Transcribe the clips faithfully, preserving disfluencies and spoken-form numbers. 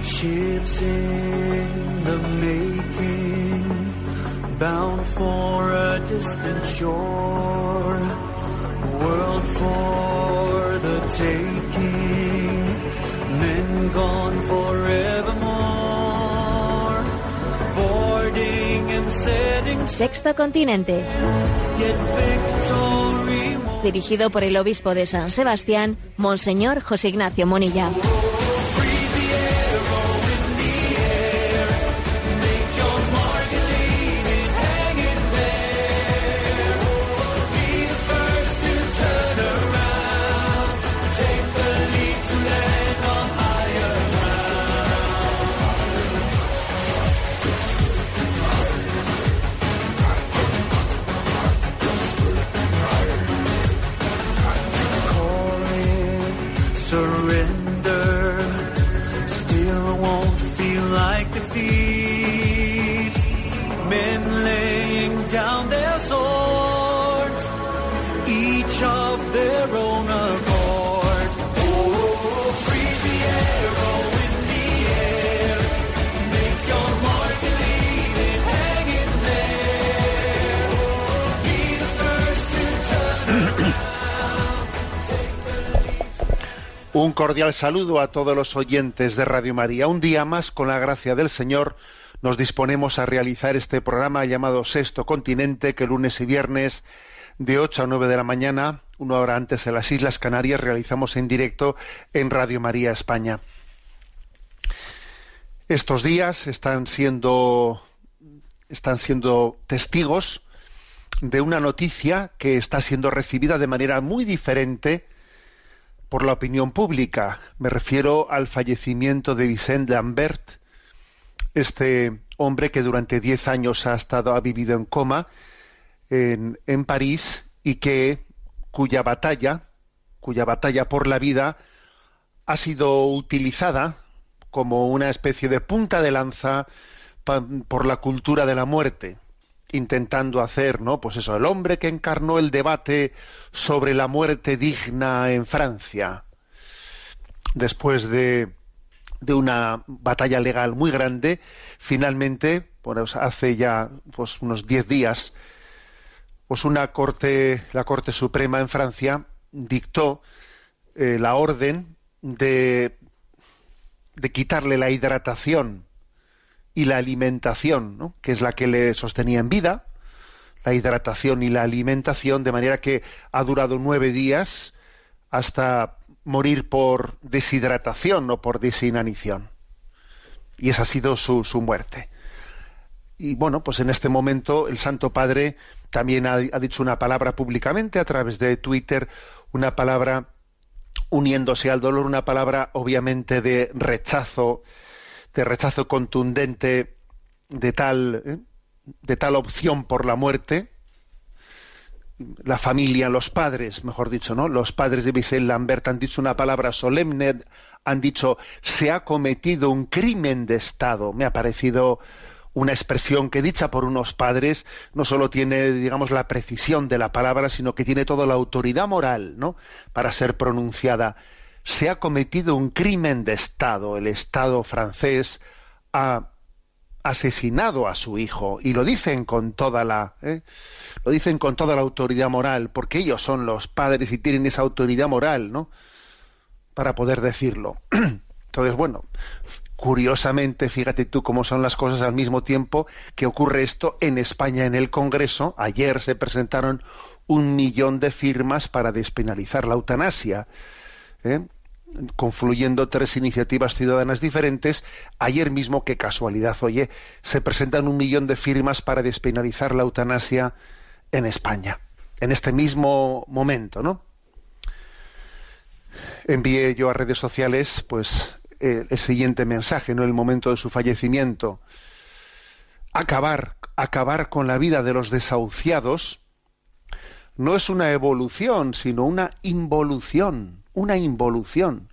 Ships in the making, bound for a distant shore, world for the taking, men gone forevermore, boarding and setting. Sexto Continente. Dirigido por el obispo de San Sebastián, Monseñor José Ignacio Munilla. Un cordial saludo a todos los oyentes de Radio María. Un día más, con la gracia del Señor, nos disponemos a realizar este programa llamado Sexto Continente, que lunes y viernes de ocho a nueve de la mañana, una hora antes en las Islas Canarias, realizamos en directo en Radio María España. Estos días están siendo, están siendo testigos de una noticia que está siendo recibida de manera muy diferente por la opinión pública. Me refiero al fallecimiento de Vicent Lambert, este hombre que durante diez años ha estado, ha vivido en coma en, en París y que cuya batalla, cuya batalla por la vida ha sido utilizada como una especie de punta de lanza pa, por la cultura de la muerte, intentando hacer, ¿no? Pues eso, el hombre que encarnó el debate sobre la muerte digna en Francia, después de, de una batalla legal muy grande, finalmente, pues hace ya pues unos diez días, pues una corte, la Corte Suprema en Francia dictó eh, la orden de, de quitarle la hidratación y la alimentación, ¿no?, que es la que le sostenía en vida, la hidratación y la alimentación, de manera que ha durado nueve días hasta morir por deshidratación o por desinanición. Y esa ha sido su, su muerte. Y bueno, pues en este momento el Santo Padre también ha, ha dicho una palabra públicamente a través de Twitter, una palabra uniéndose al dolor, una palabra obviamente de rechazo, de rechazo contundente de tal, ¿eh? de tal opción por la muerte. La familia, los padres, mejor dicho, ¿no? Los padres de Vicent Lambert han dicho una palabra solemne, han dicho: se ha cometido un crimen de Estado. Me ha parecido una expresión que, dicha por unos padres, no solo tiene, digamos, la precisión de la palabra, sino que tiene toda la autoridad moral, ¿no?, para ser pronunciada. Se ha cometido un crimen de Estado. El Estado francés ha asesinado a su hijo, y lo dicen con toda la ¿eh? lo dicen con toda la autoridad moral, porque ellos son los padres y tienen esa autoridad moral, ¿no?, para poder decirlo. Entonces, bueno, curiosamente, fíjate tú cómo son las cosas, al mismo tiempo que ocurre esto en España, en el Congreso, ayer se presentaron un millón de firmas para despenalizar la eutanasia, ¿eh? confluyendo tres iniciativas ciudadanas diferentes. Ayer mismo, qué casualidad, oye, se presentan un millón de firmas para despenalizar la eutanasia en España, en este mismo momento, ¿no? Envié yo a redes sociales, pues, eh, el siguiente mensaje, ¿no?, en el momento de su fallecimiento: acabar, acabar con la vida de los desahuciados no es una evolución, sino una involución. Una involución.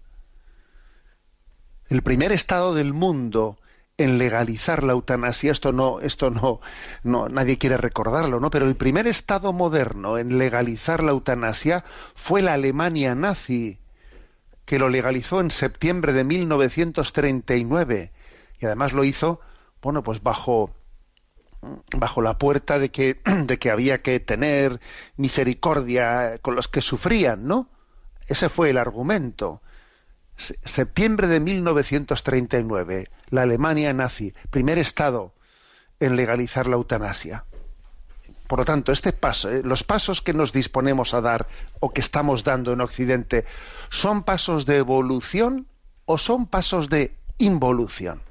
El primer estado del mundo en legalizar la eutanasia, esto no, esto no, no, nadie quiere recordarlo, ¿no? Pero el primer estado moderno en legalizar la eutanasia fue la Alemania nazi, que lo legalizó en septiembre de mil novecientos treinta y nueve, y además lo hizo, bueno, pues bajo bajo la puerta de que de que había que tener misericordia con los que sufrían, ¿no? Ese fue el argumento. Se- septiembre de mil novecientos treinta y nueve, la Alemania nazi, primer estado en legalizar la eutanasia. Por lo tanto, este paso, ¿eh? los pasos que nos disponemos a dar o que estamos dando en Occidente, ¿son pasos de evolución o son pasos de involución?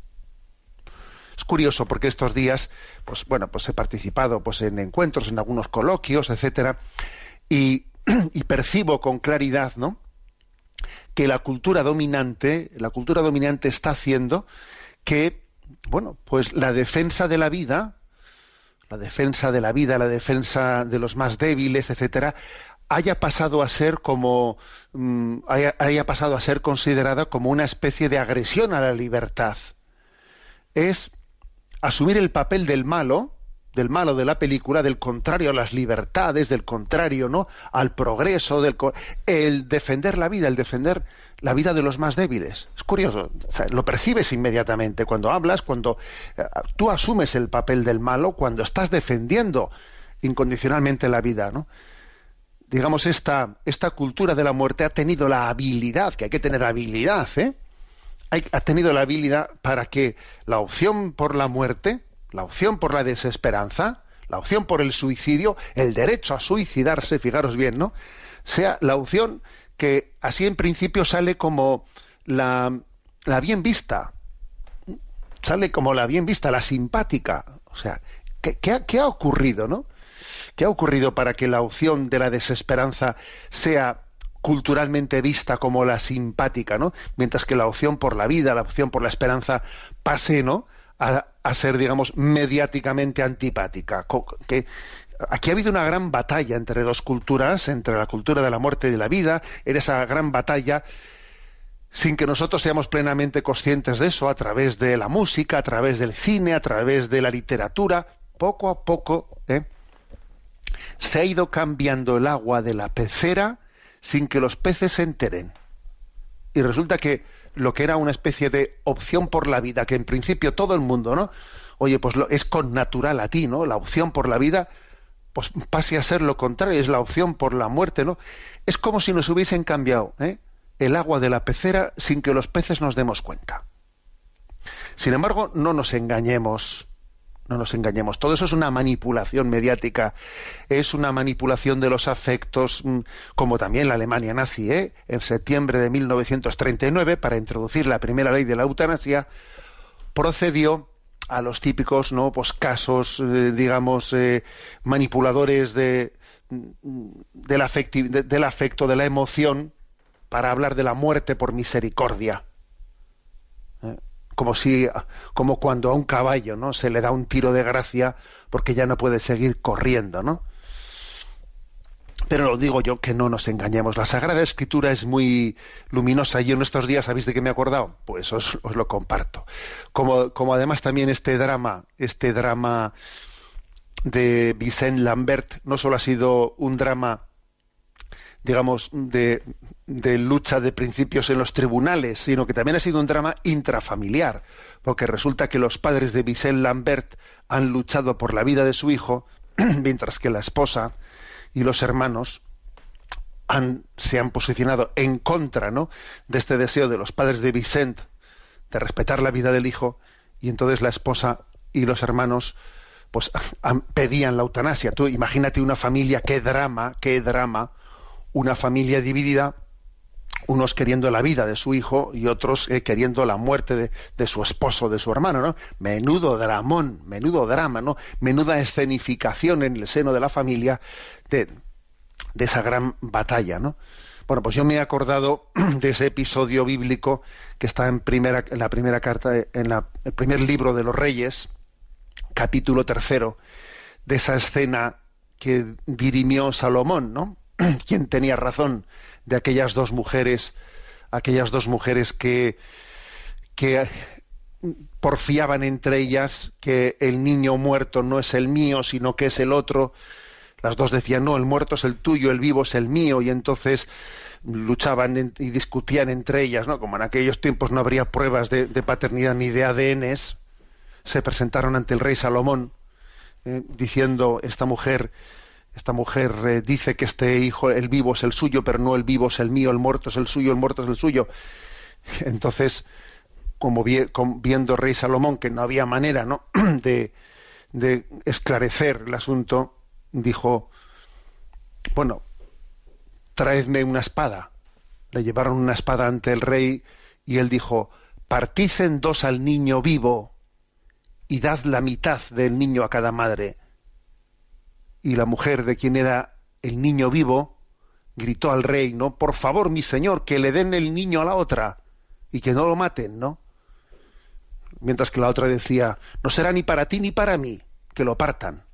Es curioso porque estos días, pues bueno, pues he participado pues en encuentros, en algunos coloquios, etcétera, y, y percibo con claridad, ¿no?, que la cultura dominante, la cultura dominante está haciendo que, bueno, pues la defensa de la vida, la defensa de la vida, la defensa de los más débiles, etcétera, haya pasado a ser como mm, haya, haya pasado a ser considerada como una especie de agresión a la libertad. Es asumir el papel del malo, del malo de la película, del contrario a las libertades, del contrario, ¿no?, al progreso, del co- el defender la vida, el defender la vida de los más débiles. Es curioso, o sea, lo percibes inmediatamente cuando hablas, cuando eh, tú asumes el papel del malo, cuando estás defendiendo incondicionalmente la vida, ¿no? Digamos, esta, esta cultura de la muerte ha tenido la habilidad, que hay que tener habilidad, ¿eh? Hay, ha tenido la habilidad para que la opción por la muerte, la opción por la desesperanza, la opción por el suicidio, el derecho a suicidarse, fijaros bien, ¿no?, sea la opción que así en principio sale como la, la bien vista, sale como la bien vista, la simpática. O sea, ¿qué, qué, ha, qué ha ocurrido, no? ¿Qué ha ocurrido para que la opción de la desesperanza sea culturalmente vista como la simpática, ¿no?, mientras que la opción por la vida, la opción por la esperanza pase, ¿no?, a, a ser, digamos, mediáticamente antipática? Que aquí ha habido una gran batalla entre dos culturas, entre la cultura de la muerte y de la vida, en esa gran batalla, sin que nosotros seamos plenamente conscientes de eso, a través de la música, a través del cine, a través de la literatura, poco a poco, ¿eh?, se ha ido cambiando el agua de la pecera sin que los peces se enteren. Y resulta que lo que era una especie de opción por la vida, que en principio todo el mundo, ¿no?, oye, pues lo, es connatural a ti, ¿no?, la opción por la vida, pues pase a ser lo contrario, es la opción por la muerte, ¿no? Es como si nos hubiesen cambiado, ¿eh?, el agua de la pecera sin que los peces nos demos cuenta. Sin embargo, no nos engañemos, no nos engañemos. Todo eso es una manipulación mediática, es una manipulación de los afectos, como también la Alemania nazi, ¿eh?, en septiembre de mil novecientos treinta y nueve, para introducir la primera ley de la eutanasia, procedió a los típicos, ¿no?, pues casos, eh, digamos, eh, manipuladores de, del, afecti- de, del afecto, de la emoción, para hablar de la muerte por misericordia. ¿Eh? Como si, como cuando a un caballo, ¿no?, se le da un tiro de gracia porque ya no puede seguir corriendo, ¿no? Pero lo digo yo, que no nos engañemos. La Sagrada Escritura es muy luminosa y en estos días, ¿sabéis de qué me he acordado? Pues os, os lo comparto. Como, como además también este drama, este drama de Vicent Lambert no solo ha sido un drama, digamos, de, de lucha de principios en los tribunales, sino que también ha sido un drama intrafamiliar, porque resulta que los padres de Vicent Lambert han luchado por la vida de su hijo, mientras que la esposa y los hermanos han, se han posicionado en contra, ¿no?, de este deseo de los padres de Vicent de respetar la vida del hijo, y entonces la esposa y los hermanos pues han, pedían la eutanasia. Tú imagínate una familia, qué drama, qué drama, una familia dividida, unos queriendo la vida de su hijo y otros eh, queriendo la muerte de, de su esposo, de su hermano, ¿no? Menudo dramón, menudo drama, ¿no? Menuda escenificación en el seno de la familia de, de esa gran batalla, ¿no? Bueno, pues yo me he acordado de ese episodio bíblico que está en, primera, en la primera carta, en la, el primer libro de los Reyes, capítulo tercero, de esa escena que dirimió Salomón, ¿no? ¿Quién tenía razón de aquellas dos mujeres, aquellas dos mujeres que, que porfiaban entre ellas que el niño muerto no es el mío, sino que es el otro? Las dos decían, no, el muerto es el tuyo, el vivo es el mío, y entonces luchaban en, y discutían entre ellas, ¿no? Como en aquellos tiempos no habría pruebas de, de paternidad ni de A D Ns, se presentaron ante el rey Salomón eh, diciendo, esta mujer, esta mujer eh, dice que este hijo, el vivo es el suyo, pero no el vivo es el mío, el muerto es el suyo, el muerto es el suyo. Entonces, como vi, com, viendo rey Salomón que no había manera, ¿no? de, de esclarecer el asunto, dijo, bueno, traedme una espada. Le llevaron una espada ante el rey y él dijo, partid en dos al niño vivo y dad la mitad del niño a cada madre. Y la mujer de quien era el niño vivo gritó al rey, ¿no? Por favor, mi señor, que le den el niño a la otra y que no lo maten, ¿no? Mientras que la otra decía, no será ni para ti ni para mí, que lo partan.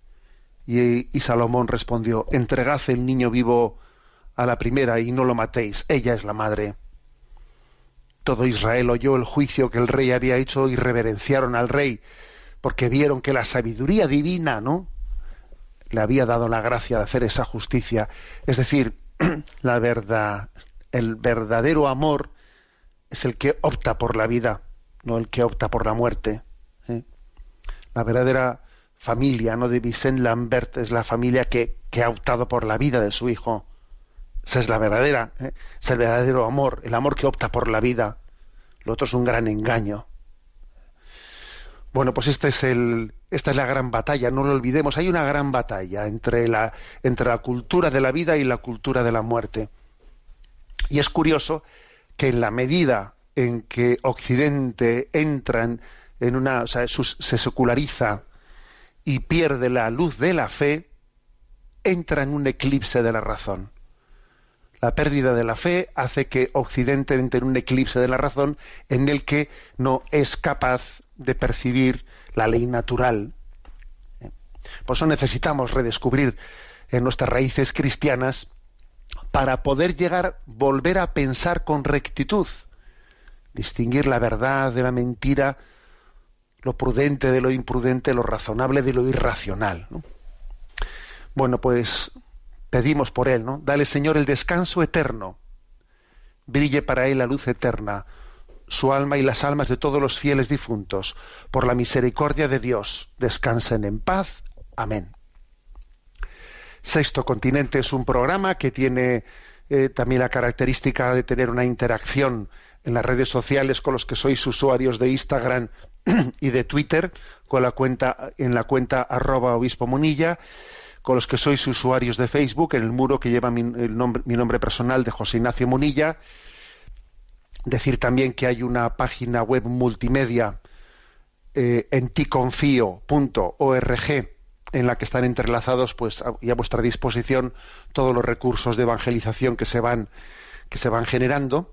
Y, y Salomón respondió, entregad el niño vivo a la primera y no lo matéis, ella es la madre. Todo Israel oyó el juicio que el rey había hecho y reverenciaron al rey, porque vieron que la sabiduría divina, ¿no?, le había dado la gracia de hacer esa justicia. Es decir, la verdad, el verdadero amor es el que opta por la vida, no el que opta por la muerte, ¿eh? La verdadera familia, ¿no?, de Vicent Lambert es la familia que, que ha optado por la vida de su hijo. Esa es la verdadera, ¿eh? Es el verdadero amor, el amor que opta por la vida. Lo otro es un gran engaño. Bueno, pues este es el, esta es la gran batalla, no lo olvidemos. Hay una gran batalla entre la, entre la cultura de la vida y la cultura de la muerte. Y es curioso que en la medida en que Occidente entra en, en una, o sea, se seculariza y pierde la luz de la fe, entra en un eclipse de la razón. La pérdida de la fe hace que Occidente entre en un eclipse de la razón en el que no es capaz de percibir la ley natural. Por eso necesitamos redescubrir en nuestras raíces cristianas para poder llegar, volver a pensar con rectitud, distinguir la verdad de la mentira, lo prudente de lo imprudente, lo razonable de lo irracional, ¿no? Bueno, pues pedimos por él, ¿no? Dale, Señor, el descanso eterno, brille para él la luz eterna, su alma y las almas de todos los fieles difuntos, por la misericordia de Dios, descansen en paz. Amén. Sexto Continente es un programa que tiene eh, también la característica de tener una interacción en las redes sociales con los que sois usuarios de Instagram y de Twitter, con la cuenta, en la cuenta arroba obispo Munilla, con los que sois usuarios de Facebook, en el muro que lleva mi, el nombre, mi nombre personal de José Ignacio Munilla. Decir también que hay una página web multimedia eh, en ticonfio punto org en la que están entrelazados, pues, a, y a vuestra disposición todos los recursos de evangelización que se van que se van generando.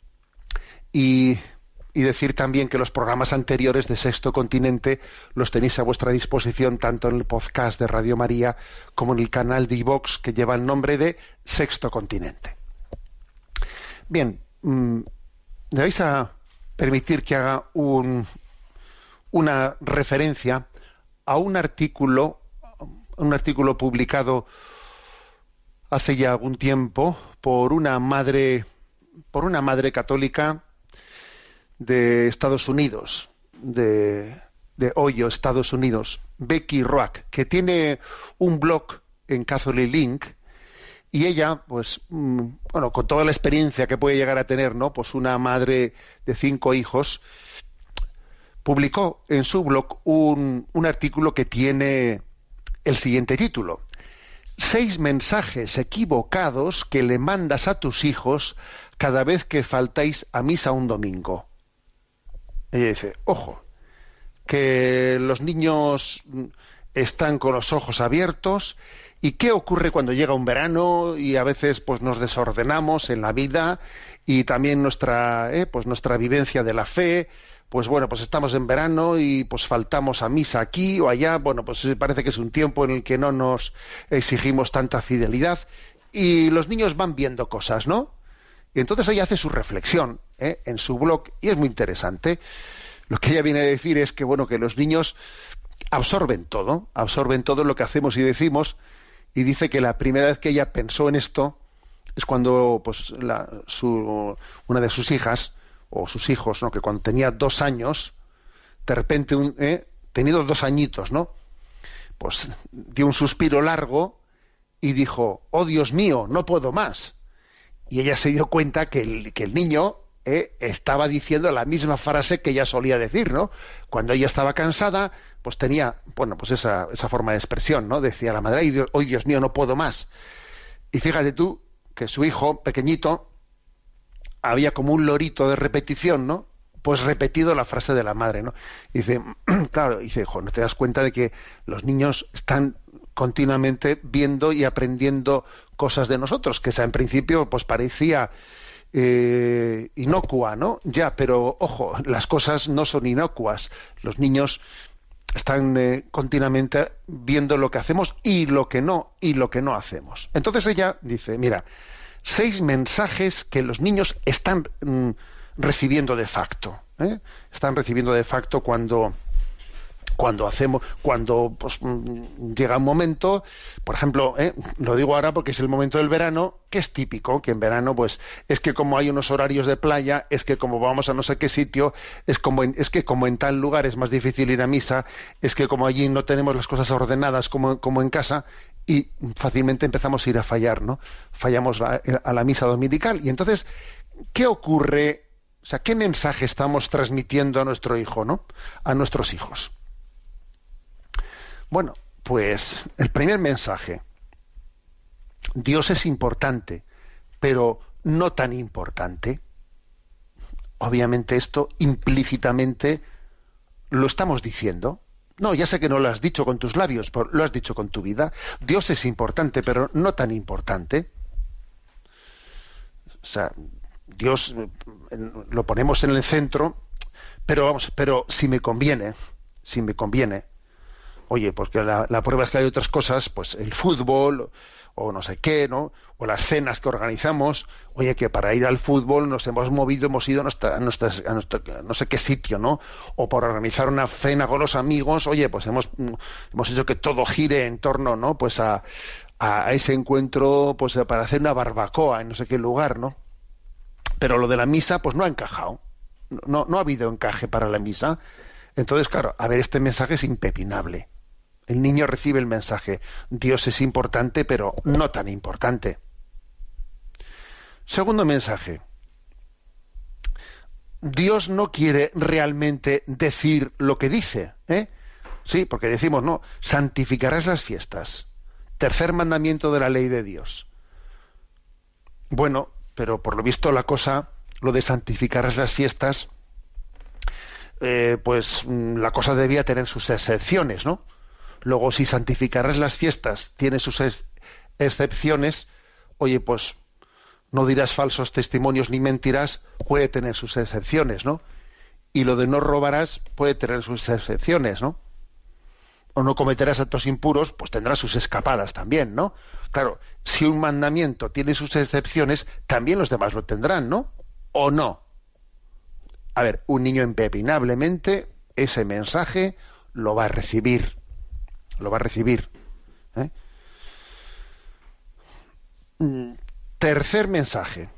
Y Y decir también que los programas anteriores de Sexto Continente los tenéis a vuestra disposición tanto en el podcast de Radio María como en el canal de iVox que lleva el nombre de Sexto Continente. Bien, mmm, me vais a permitir que haga un, una referencia a un artículo, un artículo publicado hace ya algún tiempo por una madre, por una madre católica de Estados Unidos, de, de Ohio, Estados Unidos, Becky Roark, que tiene un blog en Catholic Link, y ella, pues, mmm, bueno, con toda la experiencia que puede llegar a tener, ¿no?, pues una madre de cinco hijos, publicó en su blog un, un artículo que tiene el siguiente título: Seis mensajes equivocados que le mandas a tus hijos cada vez que faltáis a misa un domingo. Ella dice, ojo, que los niños están con los ojos abiertos, y qué ocurre cuando llega un verano y a veces pues nos desordenamos en la vida y también nuestra eh, pues nuestra vivencia de la fe, pues bueno, pues estamos en verano y pues faltamos a misa aquí o allá, bueno, pues parece que es un tiempo en el que no nos exigimos tanta fidelidad y los niños van viendo cosas, ¿no? Y entonces ella hace su reflexión ¿eh? en su blog, y es muy interesante. Lo que ella viene a decir es que, bueno, que los niños absorben todo, absorben todo lo que hacemos y decimos, y dice que la primera vez que ella pensó en esto es cuando pues la, su, una de sus hijas o sus hijos, ¿no? Que cuando tenía dos años, de repente, un, eh, tenido dos añitos, ¿no? Pues dio un suspiro largo y dijo, oh Dios mío, no puedo más. Y ella se dio cuenta que el, que el niño eh, estaba diciendo la misma frase que ella solía decir, ¿no? Cuando ella estaba cansada, pues tenía, bueno, pues esa, esa forma de expresión, ¿no? Decía la madre, Dios, oh Dios mío, no puedo más. Y fíjate tú que su hijo, pequeñito, había como un lorito de repetición, ¿no? Pues repetido la frase de la madre, ¿no? Y dice, claro, dice, jo, ¿no te das cuenta de que los niños están continuamente viendo y aprendiendo cosas de nosotros? Que esa en principio pues parecía eh, inocua, ¿no? Ya, pero ojo, las cosas no son inocuas. Los niños están eh, continuamente viendo lo que hacemos y lo que no, y lo que no hacemos. Entonces ella dice, mira, seis mensajes que los niños están mm, recibiendo de facto, ¿eh? Están recibiendo de facto cuando cuando hacemos, cuando pues, llega un momento, por ejemplo, ¿eh? Lo digo ahora porque es el momento del verano, que es típico, que en verano pues es que como hay unos horarios de playa, es que como vamos a no sé qué sitio, es como en, es que como en tal lugar es más difícil ir a misa, es que como allí no tenemos las cosas ordenadas como, como en casa, y fácilmente empezamos a ir a fallar, ¿no? Fallamos a, a la misa dominical. Y entonces, ¿qué ocurre? O sea, ¿qué mensaje estamos transmitiendo a nuestro hijo, ¿no? A nuestros hijos. Bueno, pues el primer mensaje. Dios es importante, pero no tan importante. Obviamente esto implícitamente lo estamos diciendo. No, ya sé que no lo has dicho con tus labios, pero lo has dicho con tu vida. Dios es importante, pero no tan importante. O sea, Dios lo ponemos en el centro, pero vamos, pero si me conviene, si me conviene. Oye, pues que la, la prueba es que hay otras cosas, pues el fútbol o no sé qué, ¿no? O las cenas que organizamos. Oye, que para ir al fútbol nos hemos movido, hemos ido a, nuestra, a, nuestras, a nuestro, no sé qué sitio, ¿no? O para organizar una cena con los amigos, oye, pues hemos hemos hecho que todo gire en torno, ¿no? Pues a, a ese encuentro, pues para hacer una barbacoa en no sé qué lugar, ¿no? Pero lo de la misa, pues no ha encajado. No, no ha habido encaje para la misa. Entonces, claro, a ver, este mensaje es impepinable. El niño recibe el mensaje. Dios es importante, pero no tan importante. Segundo mensaje. Dios no quiere realmente decir lo que dice, ¿eh? Sí, porque decimos, no, santificarás las fiestas. Tercer mandamiento de la ley de Dios. Bueno, pero por lo visto la cosa, lo de santificarás las fiestas, eh, pues la cosa debía tener sus excepciones, ¿no? Luego, si santificarás las fiestas tiene sus ex- excepciones, oye, pues no dirás falsos testimonios ni mentirás, puede tener sus excepciones, ¿no? Y lo de no robarás puede tener sus excepciones, ¿no? O no cometerás actos impuros, pues tendrá sus escapadas también, ¿no? Claro, si un mandamiento tiene sus excepciones, también los demás lo tendrán, ¿no? ¿O no? A ver, un niño impepinablemente ese mensaje lo va a recibir. Lo va a recibir. ¿eh? Tercer mensaje.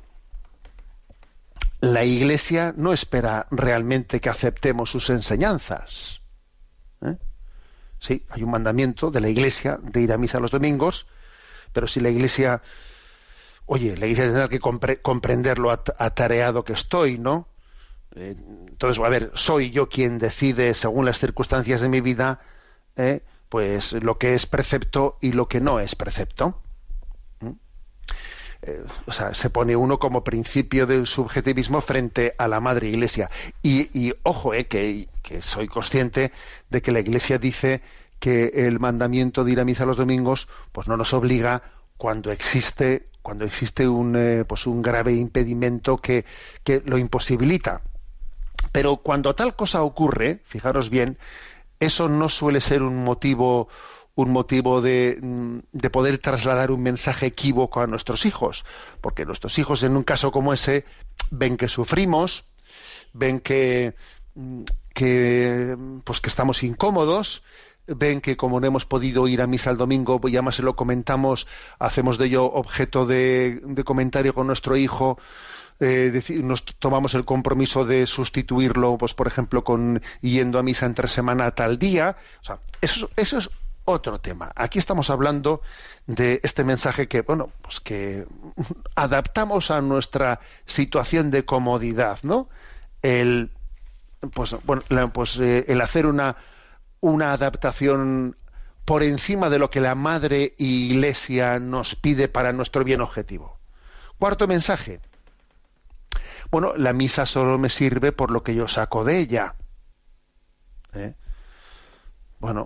La Iglesia no espera realmente que aceptemos sus enseñanzas. ¿eh? Sí, hay un mandamiento de la Iglesia de ir a misa los domingos, pero si la Iglesia, oye, la Iglesia tendrá que compre- comprender lo at- atareado que estoy, ¿no? Eh, entonces, a ver, soy yo quien decide según las circunstancias de mi vida, ¿eh? pues lo que es precepto y lo que no es precepto. ¿Mm? Eh, o sea, se pone uno como principio del subjetivismo frente a la Madre Iglesia. Y, y ojo, eh, que, que soy consciente de que la Iglesia dice que el mandamiento de ir a misa los domingos pues no nos obliga cuando existe cuando existe un eh, pues un grave impedimento que, que lo imposibilita. Pero cuando tal cosa ocurre, fijaros bien, eso no suele ser un motivo un motivo de, de poder trasladar un mensaje equívoco a nuestros hijos, porque nuestros hijos en un caso como ese ven que sufrimos, ven que, que pues que estamos incómodos, ven que como no hemos podido ir a misa el domingo, pues ya más se lo comentamos, hacemos de ello objeto de, de comentario con nuestro hijo, eh, decir, nos tomamos el compromiso de sustituirlo, pues por ejemplo, con yendo a misa entre semana tal día. O sea, eso, eso es otro tema. Aquí estamos hablando de este mensaje que, bueno, pues que adaptamos a nuestra situación de comodidad, ¿no? El, pues, bueno, pues eh, el hacer una una adaptación por encima de lo que la Madre Iglesia nos pide para nuestro bien objetivo. Cuarto mensaje. Bueno, la misa solo me sirve por lo que yo saco de ella. ¿Eh? Bueno,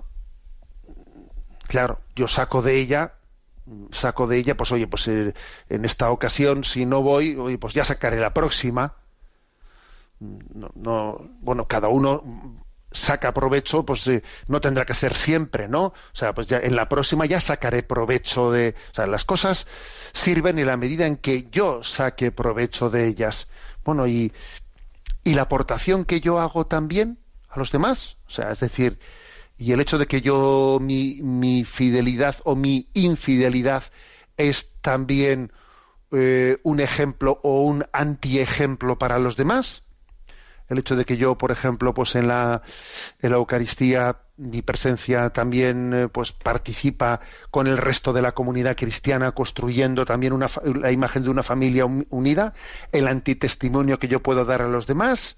claro, yo saco de ella, saco de ella, pues oye, pues eh, en esta ocasión, si no voy, oye, pues ya sacaré la próxima. No, no, bueno, cada uno saca provecho, pues eh, no tendrá que ser siempre, ¿no? O sea, pues ya en la próxima ya sacaré provecho de... O sea, las cosas sirven en la medida en que yo saque provecho de ellas. Bueno, y, y la aportación que yo hago también a los demás, o sea, es decir, y el hecho de que yo, mi, mi fidelidad o mi infidelidad es también eh, un ejemplo o un antiejemplo para los demás. El hecho de que yo, por ejemplo, pues en la, en la Eucaristía, mi presencia también eh, pues participa con el resto de la comunidad cristiana, construyendo también una, la imagen de una familia unida, el antitestimonio que yo puedo dar a los demás,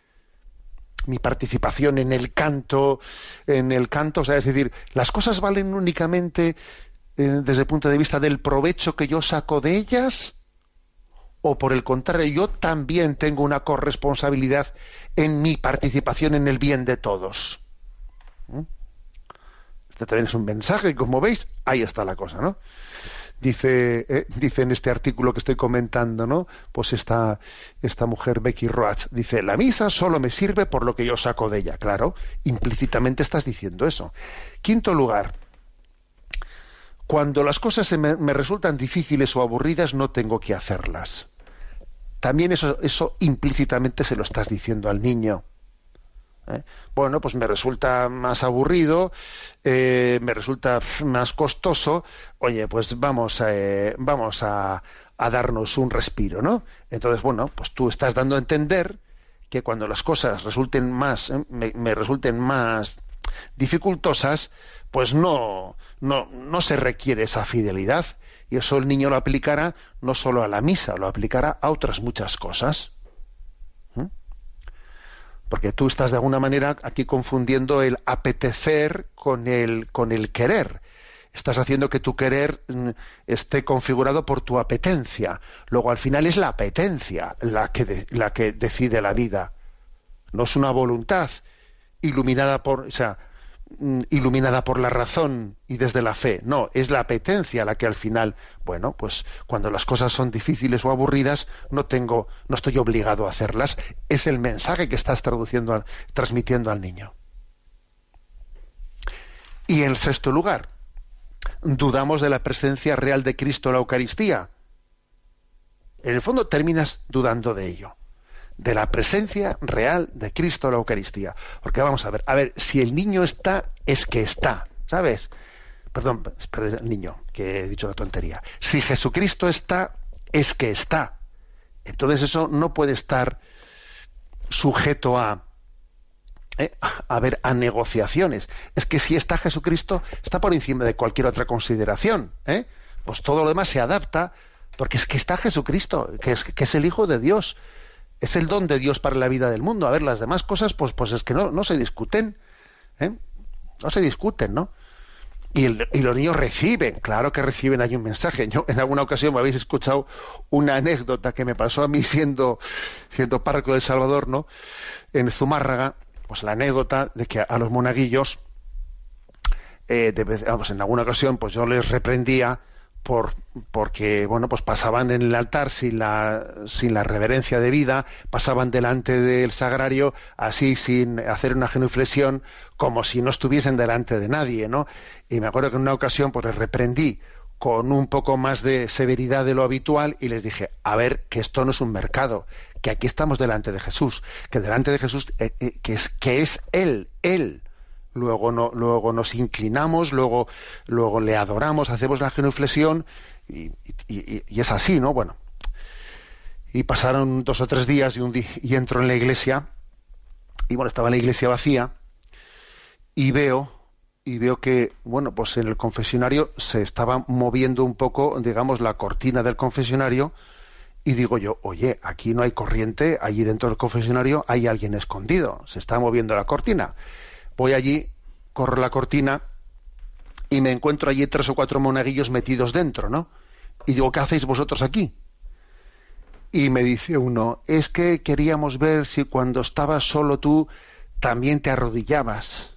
mi participación en el canto, en el canto, o sea, es decir, las cosas valen únicamente eh, desde el punto de vista del provecho que yo saco de ellas. O por el contrario, yo también tengo una corresponsabilidad en mi participación en el bien de todos. ¿Mm? Este también es un mensaje, y como veis, ahí está la cosa, ¿no? Dice, eh, dice en este artículo que estoy comentando, ¿no? Pues esta, esta mujer, Becky Roach, dice, la misa solo me sirve por lo que yo saco de ella. Claro, implícitamente estás diciendo eso. Quinto lugar, cuando las cosas se me, me resultan difíciles o aburridas, no tengo que hacerlas. También eso, eso implícitamente se lo estás diciendo al niño. ¿Eh? Bueno, pues me resulta más aburrido, eh, me resulta más costoso. Oye, pues vamos, eh, vamos a, a darnos un respiro, ¿no? Entonces, bueno, pues tú estás dando a entender que cuando las cosas resulten más, eh, me, me resulten más dificultosas, pues no, no, no se requiere esa fidelidad. Y eso el niño lo aplicará no solo a la misa, lo aplicará a otras muchas cosas. ¿Mm? Porque tú estás de alguna manera aquí confundiendo el apetecer con el, con el querer. Estás haciendo que tu querer mm, esté configurado por tu apetencia. Luego al final es la apetencia la que, de, la que decide la vida. No es una voluntad iluminada por, o sea, iluminada por la razón y desde la fe. No, es la apetencia la que al final, bueno, pues cuando las cosas son difíciles o aburridas, no tengo, no estoy obligado a hacerlas. Es el mensaje que estás traduciendo, transmitiendo al niño. Y en sexto lugar, dudamos de la presencia real de Cristo en la Eucaristía. En el fondo terminas dudando de ello, de la presencia real de Cristo en la Eucaristía. Porque vamos a ver, a ver, si el niño está, es que está, ¿sabes? Perdón, perdón, el niño, que he dicho la tontería. Si Jesucristo está, es que está. Entonces eso no puede estar sujeto a, eh, a ver, a negociaciones. Es que si está Jesucristo, está por encima de cualquier otra consideración, ¿eh? Pues todo lo demás se adapta, porque es que está Jesucristo, que es, que es el Hijo de Dios. Es el don de Dios para la vida del mundo. A ver, las demás cosas, pues, pues es que no, no se discuten, ¿eh? No se discuten, ¿no? Y, el, y los niños reciben, claro que reciben ahí un mensaje. Yo en alguna ocasión me habéis escuchado una anécdota que me pasó a mí siendo, siendo párroco de El Salvador, ¿no? En Zumárraga, pues la anécdota de que a los monaguillos, eh, de vez, vamos, en alguna ocasión, pues yo les reprendía por porque bueno pues pasaban en el altar sin la sin la reverencia debida, pasaban delante del sagrario así sin hacer una genuflexión, como si no estuviesen delante de nadie, ¿no? Y me acuerdo que en una ocasión pues les reprendí con un poco más de severidad de lo habitual y les dije, a ver, que esto no es un mercado, que aquí estamos delante de Jesús, que delante de Jesús eh, eh, que es que es él, él luego no, luego nos inclinamos, luego, luego le adoramos, hacemos la genuflexión y, y, y es así, ¿no? Bueno, y pasaron dos o tres días y, un día, y entro en la iglesia y bueno, estaba la iglesia vacía y veo y veo que, bueno, pues en el confesionario se estaba moviendo un poco, digamos, la cortina del confesionario y digo yo, oye, aquí no hay corriente, allí dentro del confesionario hay alguien escondido, se está moviendo la cortina. Voy allí, corro la cortina y me encuentro allí tres o cuatro monaguillos metidos dentro, ¿no? Y digo, ¿qué hacéis vosotros aquí? Y me dice uno, es que queríamos ver si cuando estabas solo tú también te arrodillabas.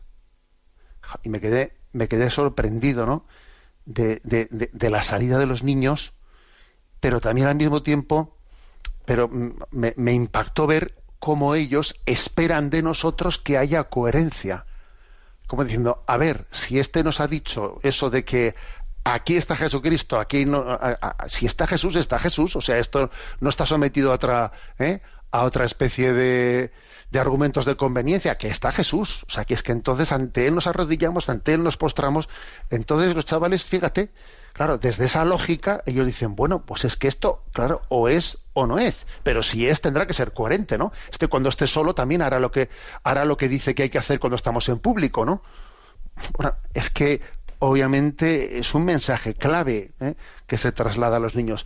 Y me quedé, me quedé sorprendido, ¿no? De, de, de, de la salida de los niños, pero también al mismo tiempo, pero me, me impactó ver cómo ellos esperan de nosotros que haya coherencia. Como diciendo, a ver, si este nos ha dicho eso de que aquí está Jesucristo, aquí no, a, a, si está Jesús, está Jesús, o sea, esto no está sometido a otra, ¿eh? a otra especie de, de argumentos de conveniencia, que está Jesús, o sea, que es que entonces ante Él nos arrodillamos, ante Él nos postramos. Entonces los chavales, fíjate, claro, desde esa lógica, ellos dicen, bueno, pues es que esto, claro, o es o no es, pero si es, tendrá que ser coherente, ¿no? Este cuando esté solo también hará lo que, hará lo que dice que hay que hacer cuando estamos en público, ¿no? Bueno, es que obviamente es un mensaje clave, ¿eh? que se traslada a los niños.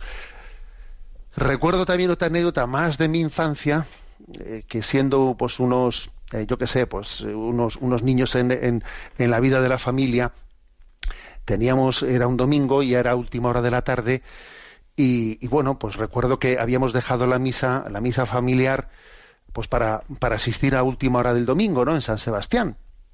Recuerdo también otra anécdota más de mi infancia, eh, que siendo pues unos, eh, yo qué sé, pues unos, unos niños en, en, en la vida de la familia, teníamos, era un domingo y era última hora de la tarde, y, y bueno, pues recuerdo que habíamos dejado la misa, la misa familiar, pues para, para asistir a última hora del domingo, ¿no? En San Sebastián.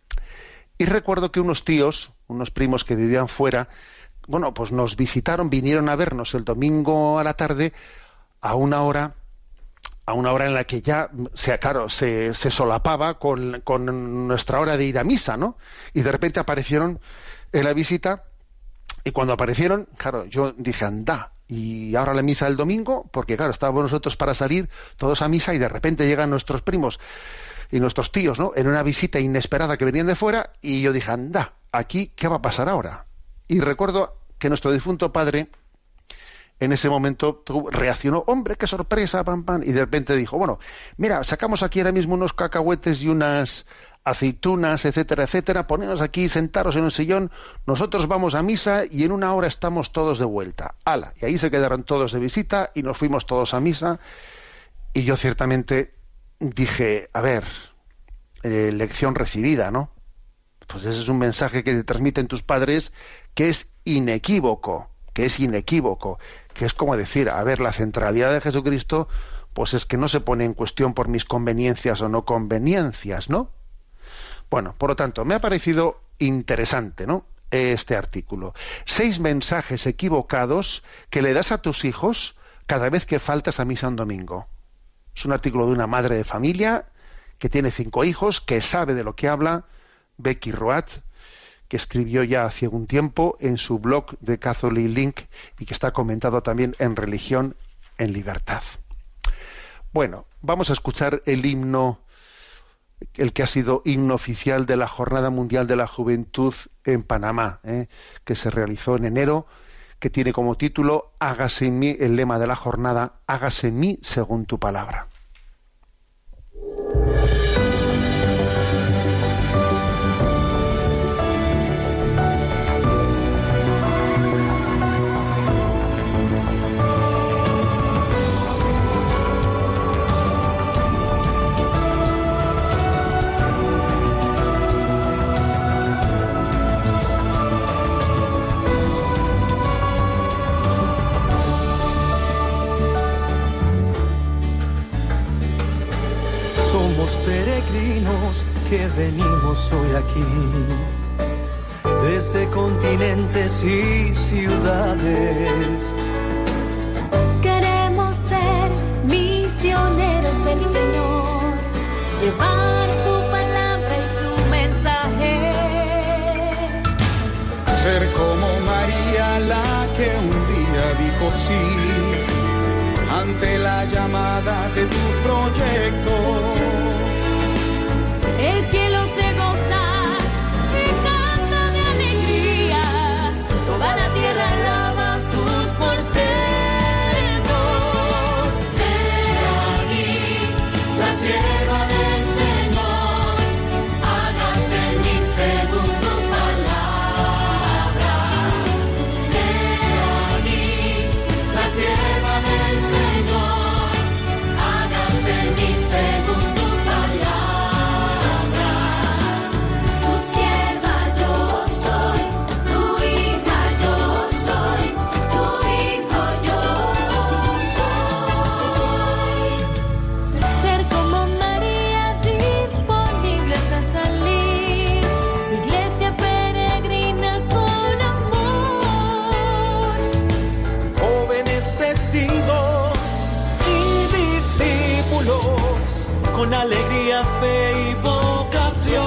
Y recuerdo que unos tíos, unos primos que vivían fuera, bueno, pues nos visitaron, vinieron a vernos el domingo a la tarde, a una hora, a una hora en la que ya, o sea, claro, se, se solapaba con, con nuestra hora de ir a misa, ¿no? Y de repente aparecieron en la visita, y cuando aparecieron, claro, yo dije, anda, y ahora la misa del domingo, porque claro, estábamos nosotros para salir todos a misa, y de repente llegan nuestros primos y nuestros tíos, ¿no? En una visita inesperada que venían de fuera, y yo dije, anda, aquí, ¿qué va a pasar ahora? Y recuerdo que nuestro difunto padre, en ese momento reaccionó, hombre, qué sorpresa, pam, pam, y de repente dijo, bueno, mira, sacamos aquí ahora mismo unos cacahuetes y unas aceitunas, etcétera, etcétera, poneros aquí, sentaros en un sillón, nosotros vamos a misa y en una hora estamos todos de vuelta. ¡Hala! Y ahí se quedaron todos de visita y nos fuimos todos a misa, y yo ciertamente dije, a ver, eh, lección recibida, ¿no? Pues ese es un mensaje que te transmiten tus padres que es inequívoco, que es inequívoco, que es como decir, a ver, la centralidad de Jesucristo, pues es que no se pone en cuestión por mis conveniencias o no conveniencias, ¿no? Bueno, por lo tanto, me ha parecido interesante, ¿no?, este artículo. Seis mensajes equivocados que le das a tus hijos cada vez que faltas a misa un domingo. Es un artículo de una madre de familia que tiene cinco hijos, que sabe de lo que habla, Becky Roat, que escribió ya hace un tiempo en su blog de Catholic Link y que está comentado también en Religión en Libertad. Bueno, vamos a escuchar el himno, el que ha sido himno oficial de la Jornada Mundial de la Juventud en Panamá, ¿eh? que se realizó en enero, que tiene como título Hágase en mí, el lema de la jornada, hágase en mí según tu palabra. Peregrinos que venimos hoy aquí, desde continentes y ciudades. Queremos ser misioneros del Señor, llevar su palabra y su mensaje. Ser como María, la que un día dijo sí ante la llamada de tu proyecto. El cielo se goza con alegría, fe y vocación.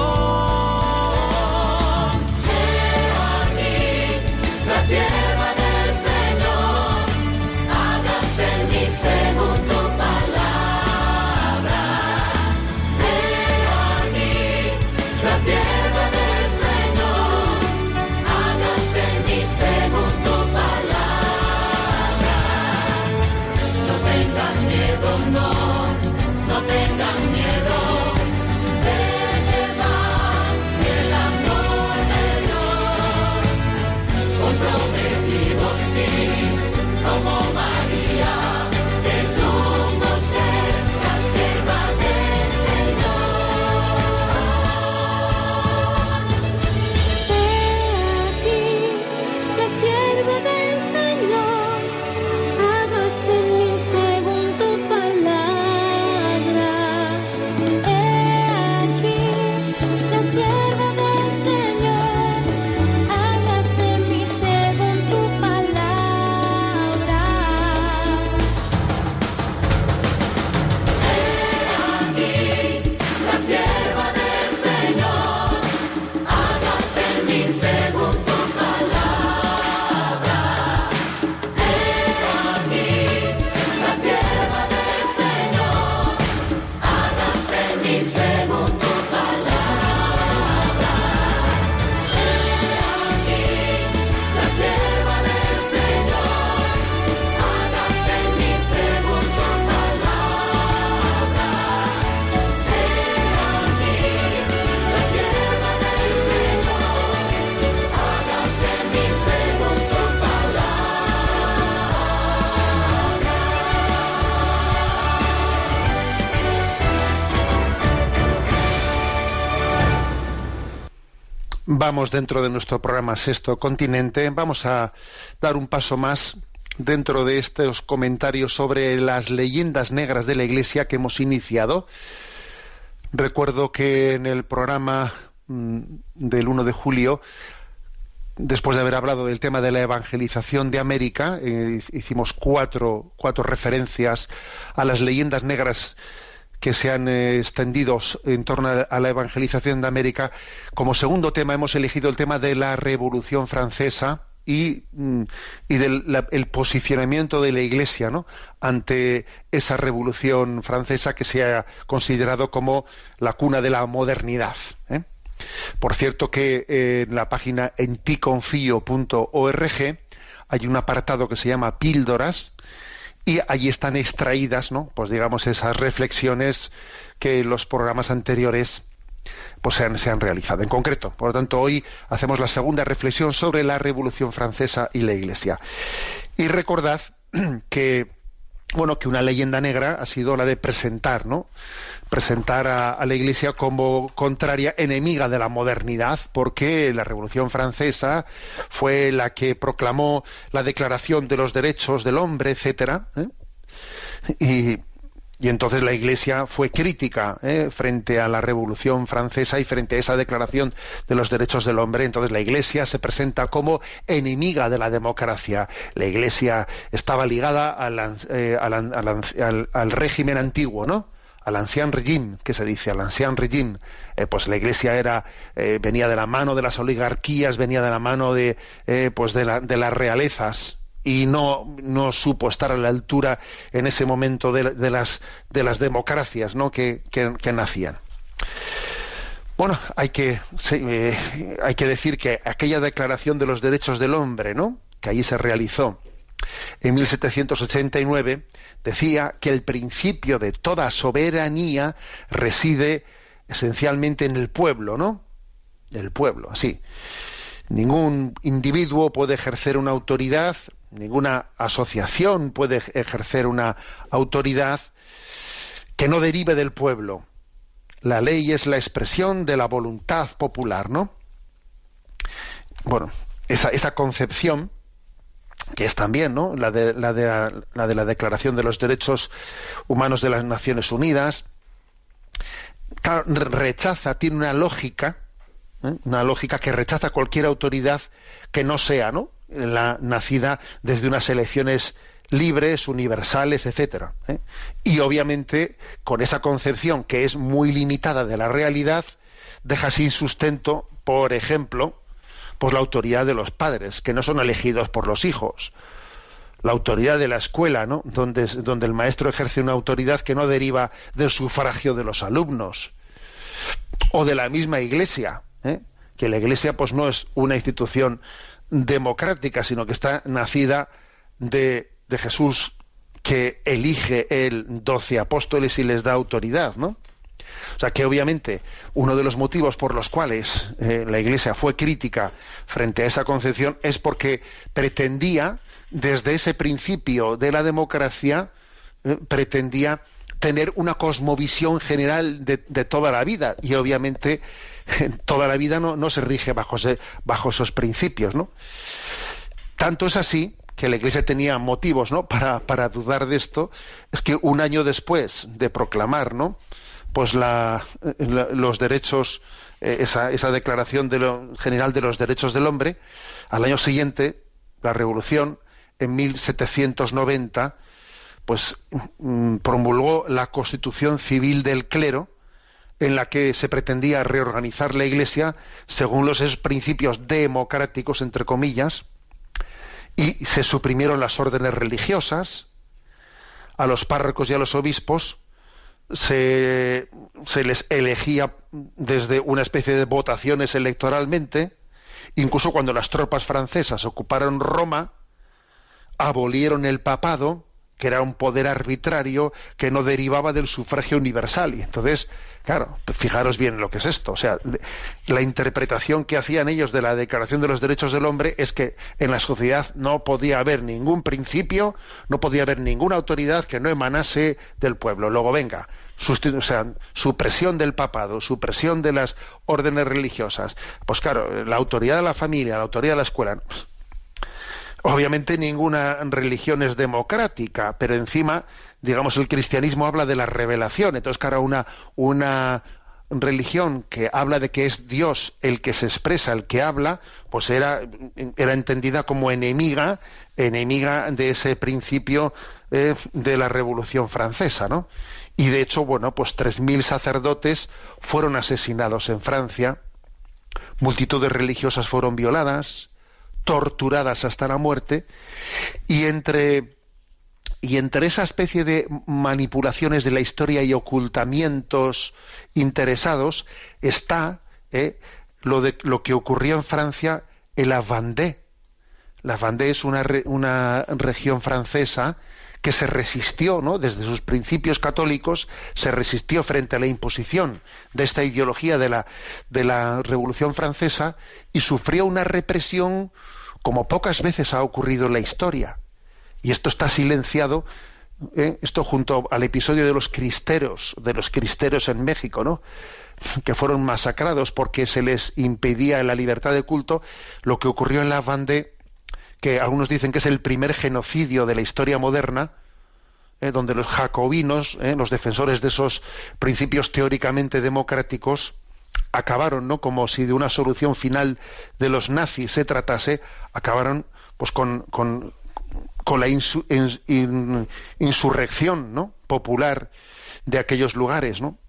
He aquí la sierva del Señor, hágase en mí según tu palabra. He aquí la sierva del Señor, hágase en mí según tu palabra. No tengan miedo, no, no tengan miedo de llevar el amor de Dios, comprometido sí, como María, que supo ser la sierva del Señor. He aquí la sierva del Señor, hágase en mí según tu palabra. He aquí la sierva del Señor, hágase en mí según tu palabra. He aquí la sierva del Señor, hágase en mí según tu palabra. He aquí la sierva del Señor, hágase en mí según tu palabra. He aquí la sierva del Señor, hágase en mí según tu palabra. He aquí la sierva del Señor, hágase en mí según tu palabra. Vamos dentro de nuestro programa Sexto Continente, vamos a dar un paso más dentro de estos comentarios sobre las leyendas negras de la Iglesia que hemos iniciado. Recuerdo que en el programa mm, del uno de julio, después de haber hablado del tema de la evangelización de América, eh, hicimos cuatro, cuatro referencias a las leyendas negras que se han eh, extendido en torno a la evangelización de América. Como segundo tema hemos elegido el tema de la Revolución Francesa y, mm, y del la- el posicionamiento de la Iglesia, ¿no?, ante esa Revolución Francesa que se ha considerado como la cuna de la modernidad, ¿eh? Por cierto que eh, en la página en ti confío punto org hay un apartado que se llama Píldoras, y allí están extraídas, ¿no?, pues digamos esas reflexiones que los programas anteriores pues se han, se han realizado. En concreto, por lo tanto, hoy hacemos la segunda reflexión sobre la Revolución Francesa y la Iglesia. Y recordad que bueno, que una leyenda negra ha sido la de presentar, ¿no?, presentar a, a la Iglesia como contraria, enemiga de la modernidad, porque la Revolución Francesa fue la que proclamó la Declaración de los Derechos del Hombre, etcétera, ¿eh? y Y entonces la Iglesia fue crítica ¿eh? frente a la Revolución Francesa y frente a esa Declaración de los Derechos del Hombre. Entonces la Iglesia se presenta como enemiga de la democracia. La Iglesia estaba ligada al, eh, al, al, al, al régimen antiguo, ¿no?, al ancien régime, que se dice, al ancien régime. Eh, pues la Iglesia era eh, venía de la mano de las oligarquías, venía de la mano de eh, pues de, la, de las realezas, y no, no supo estar a la altura en ese momento de, de, las, de las democracias, ¿no?, que, que, que nacían. Bueno, hay que, sí, eh, hay que decir que aquella Declaración de los Derechos del Hombre, ¿no?, que allí se realizó en mil setecientos ochenta y nueve, decía que el principio de toda soberanía reside esencialmente en el pueblo, ¿no? El pueblo, sí. Ningún individuo puede ejercer una autoridad, ninguna asociación puede ejercer una autoridad que no derive del pueblo. La ley es la expresión de la voluntad popular, ¿no? Bueno, esa, esa concepción, que es también, ¿no?, la de la, de la, la de la Declaración de los Derechos Humanos de las Naciones Unidas, claro, rechaza, tiene una lógica, ¿eh? una lógica que rechaza cualquier autoridad que no sea, ¿no?, la nacida desde unas elecciones libres, universales, etcétera, ¿eh? Y obviamente con esa concepción que es muy limitada de la realidad, deja sin sustento, por ejemplo, pues la autoridad de los padres, que no son elegidos por los hijos, la autoridad de la escuela, ¿no? Donde, donde el maestro ejerce una autoridad que no deriva del sufragio de los alumnos, o de la misma Iglesia, ¿eh? Que la Iglesia pues no es una institución democrática, sino que está nacida de, de Jesús, que elige él doce apóstoles y les da autoridad, ¿no? O sea que obviamente uno de los motivos por los cuales eh, la Iglesia fue crítica frente a esa concepción es porque pretendía, desde ese principio de la democracia, eh, pretendía tener una cosmovisión general de, de toda la vida, y obviamente toda la vida no, no se rige bajo, ese, bajo esos principios, ¿no? Tanto es así que la Iglesia tenía motivos, ¿no?, para, para dudar de esto, es que un año después de proclamar, ¿no?, pues la, la, los derechos, eh, esa, esa declaración de lo, general de los derechos del hombre, al año siguiente, la Revolución, en mil setecientos noventa, pues mm, promulgó la Constitución Civil del Clero, en la que se pretendía reorganizar la Iglesia según los esos principios democráticos, entre comillas, y se suprimieron las órdenes religiosas, a los párrocos y a los obispos se, se les elegía desde una especie de votaciones electoralmente. Incluso cuando las tropas francesas ocuparon Roma, abolieron el papado, que era un poder arbitrario que no derivaba del sufragio universal. Y entonces, claro, fijaros bien lo que es esto. O sea, la interpretación que hacían ellos de la Declaración de los Derechos del Hombre es que en la sociedad no podía haber ningún principio, no podía haber ninguna autoridad que no emanase del pueblo. Luego, venga, sustitu- o sea, supresión del papado, supresión de las órdenes religiosas. Pues claro, la autoridad de la familia, la autoridad de la escuela. Obviamente ninguna religión es democrática, pero encima, digamos, el cristianismo habla de la revelación. Entonces, claro, una, una religión que habla de que es Dios el que se expresa, el que habla, pues era, era entendida como enemiga, enemiga de ese principio eh, de la Revolución Francesa, ¿no? Y de hecho, bueno, pues tres mil sacerdotes fueron asesinados en Francia, multitudes religiosas fueron violadas, torturadas hasta la muerte, y entre y entre esa especie de manipulaciones de la historia y ocultamientos interesados está eh, lo de lo que ocurrió en Francia en la Vendée. La Vendée es una re, una región francesa que se resistió, ¿no?, desde sus principios católicos, se resistió frente a la imposición de esta ideología de la de la Revolución Francesa, y sufrió una represión como pocas veces ha ocurrido en la historia. Y esto está silenciado, ¿eh? Esto junto al episodio de los cristeros, de los cristeros en México, ¿no?, que fueron masacrados porque se les impedía la libertad de culto. Lo que ocurrió en la Vendée, que algunos dicen que es el primer genocidio de la historia moderna, ¿eh? donde los jacobinos, ¿eh? los defensores de esos principios teóricamente democráticos, acabaron, ¿no?, como si de una solución final de los nazis se tratase, acabaron pues con, con, con la insu, in, in, insurrección, ¿no?, popular de aquellos lugares, ¿no?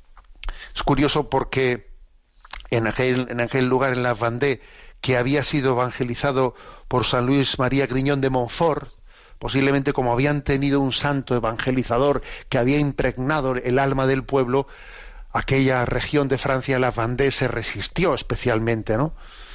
Es curioso porque en aquel, en aquel lugar, en la Vendée, que había sido evangelizado por San Luis María Griñón de Montfort, posiblemente como habían tenido un santo evangelizador que había impregnado el alma del pueblo, aquella región de Francia, la Vendée, se resistió especialmente, ¿no?,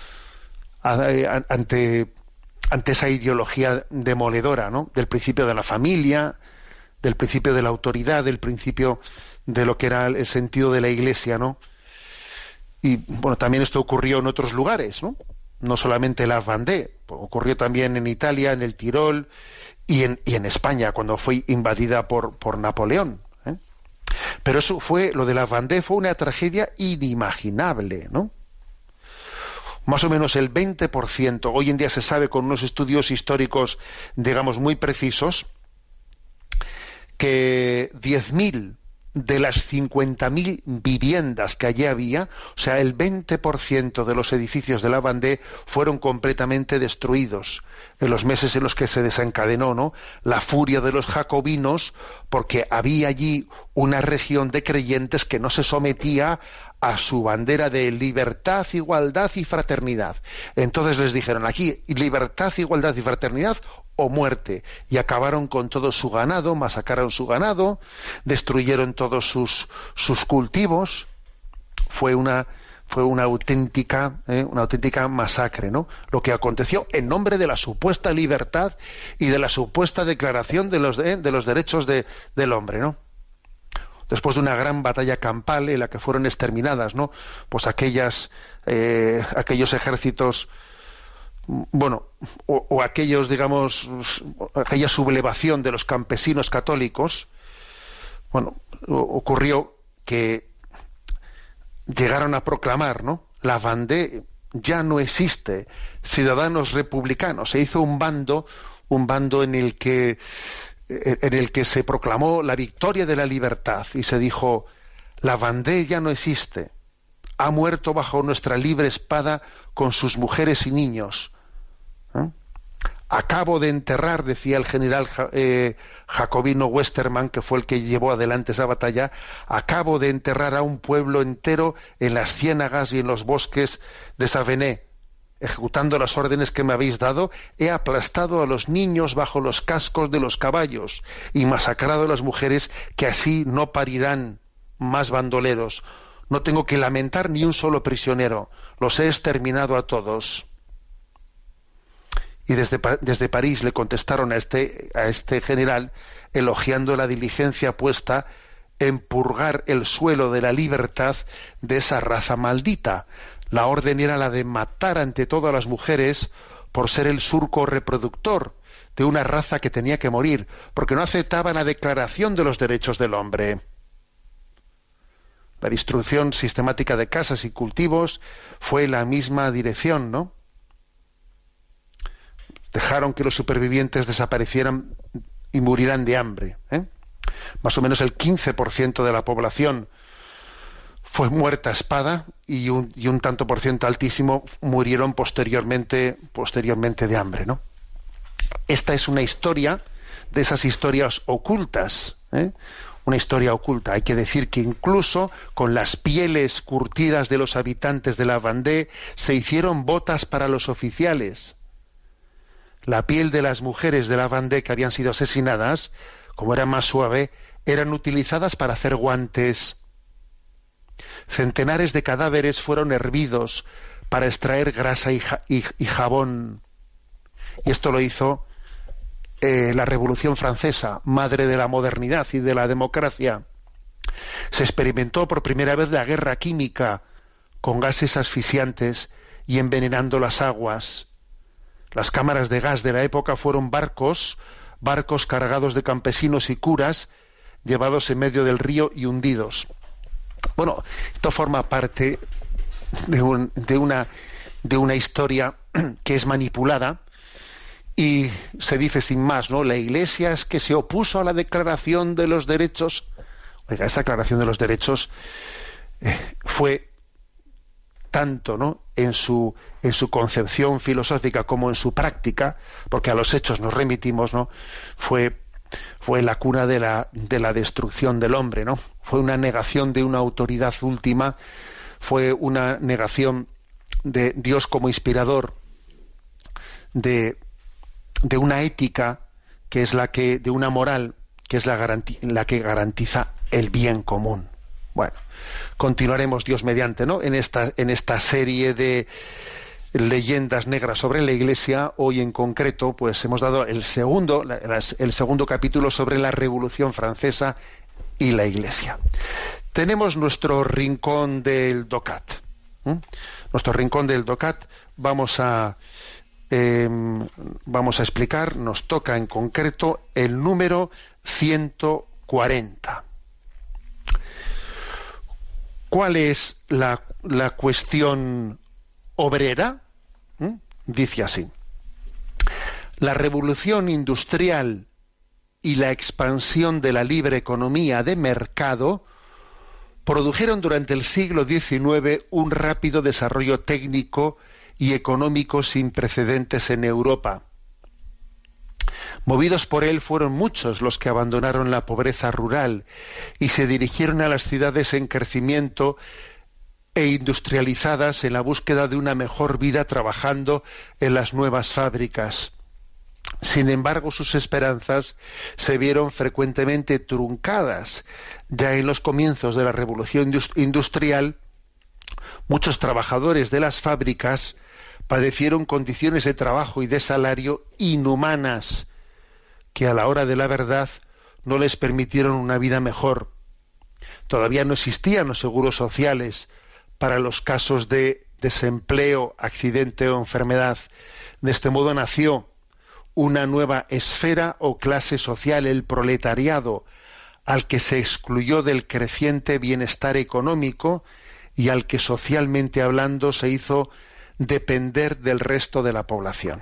ante, ante esa ideología demoledora, ¿no?, del principio de la familia, del principio de la autoridad, del principio de lo que era el sentido de la Iglesia, ¿no? Y bueno, también esto ocurrió en otros lugares, ¿no? No solamente la Vendée, ocurrió también en Italia, en el Tirol y en, y en España, cuando fue invadida por, por Napoleón. Pero eso fue, lo de la Vendée fue una tragedia inimaginable, ¿no? Más o menos el veinte por ciento, hoy en día se sabe con unos estudios históricos, digamos, muy precisos, que diez mil de las cincuenta mil viviendas que allí había, o sea, el veinte por ciento de los edificios de la Vendée fueron completamente destruidos en los meses en los que se desencadenó, ¿no?, la furia de los jacobinos, porque había allí una región de creyentes que no se sometía a su bandera de libertad, igualdad y fraternidad. Entonces les dijeron aquí, libertad, igualdad y fraternidad o muerte, y acabaron con todo su ganado, masacraron su ganado, destruyeron todos sus, sus cultivos. Fue una fue una auténtica eh, una auténtica masacre, ¿no?, lo que aconteció en nombre de la supuesta libertad y de la supuesta declaración de los de, de los derechos de, del hombre, ¿no? Después de una gran batalla campal en la que fueron exterminadas, ¿no?, pues aquellas eh, aquellos ejércitos, bueno, o, o aquellos, digamos, aquella sublevación de los campesinos católicos. Bueno, ocurrió que llegaron a proclamar, ¿no?, la Vendée ya no existe, ciudadanos republicanos. Se hizo un bando, un bando en el que en el que se proclamó la victoria de la libertad y se dijo: la Vendée ya no existe, ha muerto bajo nuestra libre espada con sus mujeres y niños. ¿Eh? Acabo de enterrar, decía el general eh, jacobino Westermann, que fue el que llevó adelante esa batalla, acabo de enterrar a un pueblo entero en las ciénagas y en los bosques de Savenay. Ejecutando las órdenes que me habéis dado, he aplastado a los niños bajo los cascos de los caballos y masacrado a las mujeres, que así no parirán más bandoleros. No tengo que lamentar ni un solo prisionero, los he exterminado a todos. Y desde, desde París le contestaron a este, a este general elogiando la diligencia puesta en purgar el suelo de la libertad de esa raza maldita. La orden era la de matar ante todo a las mujeres por ser el surco reproductor de una raza que tenía que morir, porque no aceptaban la declaración de los derechos del hombre. La destrucción sistemática de casas y cultivos fue la misma dirección, ¿no? Dejaron que los supervivientes desaparecieran y murieran de hambre, ¿eh? Más o menos el quince por ciento de la población fue muerta a espada y un, y un tanto por ciento altísimo murieron posteriormente, posteriormente de hambre, ¿no? Esta es una historia de esas historias ocultas, ¿eh? Una historia oculta. Hay que decir que incluso con las pieles curtidas de los habitantes de la Vendée se hicieron botas para los oficiales. La piel de las mujeres de la Vendée que habían sido asesinadas, como era más suave, eran utilizadas para hacer guantes. Centenares de cadáveres fueron hervidos para extraer grasa y, ja, y, y jabón. Y esto lo hizo eh, la Revolución Francesa, madre de la modernidad y de la democracia. Se experimentó por primera vez la guerra química con gases asfixiantes y envenenando las aguas. Las cámaras de gas de la época fueron barcos, barcos cargados de campesinos y curas, llevados en medio del río y hundidos. Bueno, esto forma parte de, un, de, una, de una historia que es manipulada y se dice sin más, ¿no? La Iglesia es que se opuso a la Declaración de los Derechos. Oiga, esa Declaración de los Derechos eh, fue tanto, ¿no?, en su en su concepción filosófica como en su práctica, porque a los hechos nos remitimos, ¿no? Fue fue la cuna de la de la destrucción del hombre, ¿no? Fue una negación de una autoridad última, fue una negación de Dios como inspirador, de de una ética que es la que de una moral que es la garanti- la que garantiza el bien común. Bueno, continuaremos Dios mediante, ¿no?, en esta en esta serie de leyendas negras sobre la Iglesia. Hoy en concreto, pues hemos dado el segundo la, el segundo capítulo sobre la Revolución Francesa y la Iglesia. Tenemos nuestro rincón del DOCAT. ¿eh? Nuestro rincón del DOCAT vamos a eh, vamos a explicar. Nos toca en concreto el número ciento cuarenta. ¿Cuál es la, la cuestión obrera? ¿Mm? Dice así: la revolución industrial y la expansión de la libre economía de mercado produjeron durante el siglo diecinueve un rápido desarrollo técnico y económico sin precedentes en Europa. Movidos por él, fueron muchos los que abandonaron la pobreza rural y se dirigieron a las ciudades en crecimiento e industrializadas en la búsqueda de una mejor vida trabajando en las nuevas fábricas. Sin embargo, sus esperanzas se vieron frecuentemente truncadas. Ya en los comienzos de la revolución industrial, muchos trabajadores de las fábricas padecieron condiciones de trabajo y de salario inhumanas, que a la hora de la verdad no les permitieron una vida mejor. Todavía no existían los seguros sociales para los casos de desempleo, accidente o enfermedad. De este modo nació una nueva esfera o clase social, el proletariado, al que se excluyó del creciente bienestar económico y al que socialmente hablando se hizo depender del resto de la población.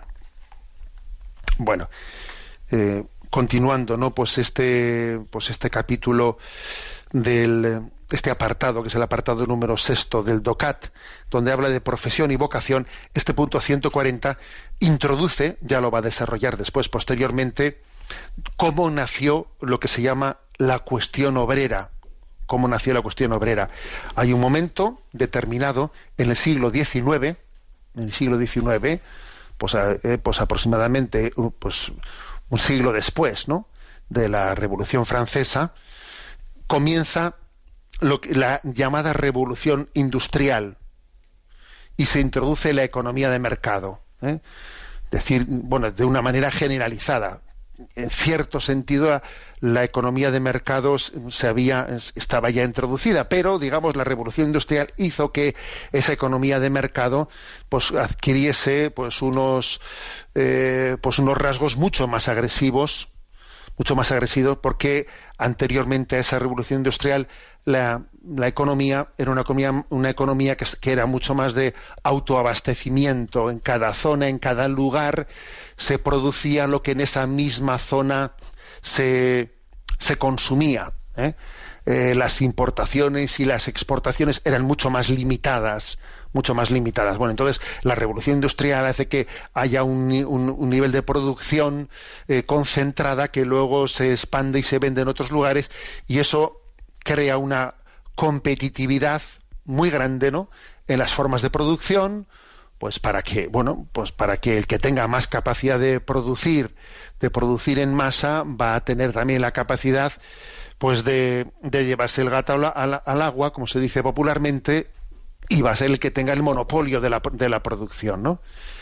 Bueno, eh, continuando, ¿no? Pues este, pues este capítulo del este apartado, que es el apartado número sexto del DOCAT, donde habla de profesión y vocación, este punto ciento cuarenta introduce, ya lo va a desarrollar después, posteriormente, cómo nació lo que se llama la cuestión obrera. Cómo nació la cuestión obrera. Hay un momento determinado en el siglo diecinueve, en el siglo diecinueve, pues, eh, pues aproximadamente pues, un siglo después, ¿no?, de la Revolución Francesa, comienza lo que, la llamada Revolución Industrial, y se introduce la economía de mercado, ¿eh? Es decir, bueno, de una manera generalizada. En cierto sentido, la economía de mercados se había, estaba ya introducida, pero, digamos, la Revolución Industrial hizo que esa economía de mercado pues adquiriese pues unos eh, pues unos rasgos mucho más agresivos, mucho más agresivos, porque anteriormente a esa Revolución Industrial la, la economía era una economía, una economía que, que era mucho más de autoabastecimiento. En cada zona, en cada lugar, se producía lo que en esa misma zona se, se consumía, ¿eh? Eh, las importaciones y las exportaciones eran mucho más limitadas, mucho más limitadas. Bueno, entonces la Revolución Industrial hace que haya un, un, un nivel de producción eh, concentrada que luego se expande y se vende en otros lugares, y eso crea una competitividad muy grande, ¿no?, en las formas de producción, pues para que, bueno, pues para que el que tenga más capacidad de producir, de producir en masa, va a tener también la capacidad, pues de, de llevarse el gato al, al, al agua, como se dice popularmente, y va a ser el que tenga el monopolio de la, de la producción, ¿no?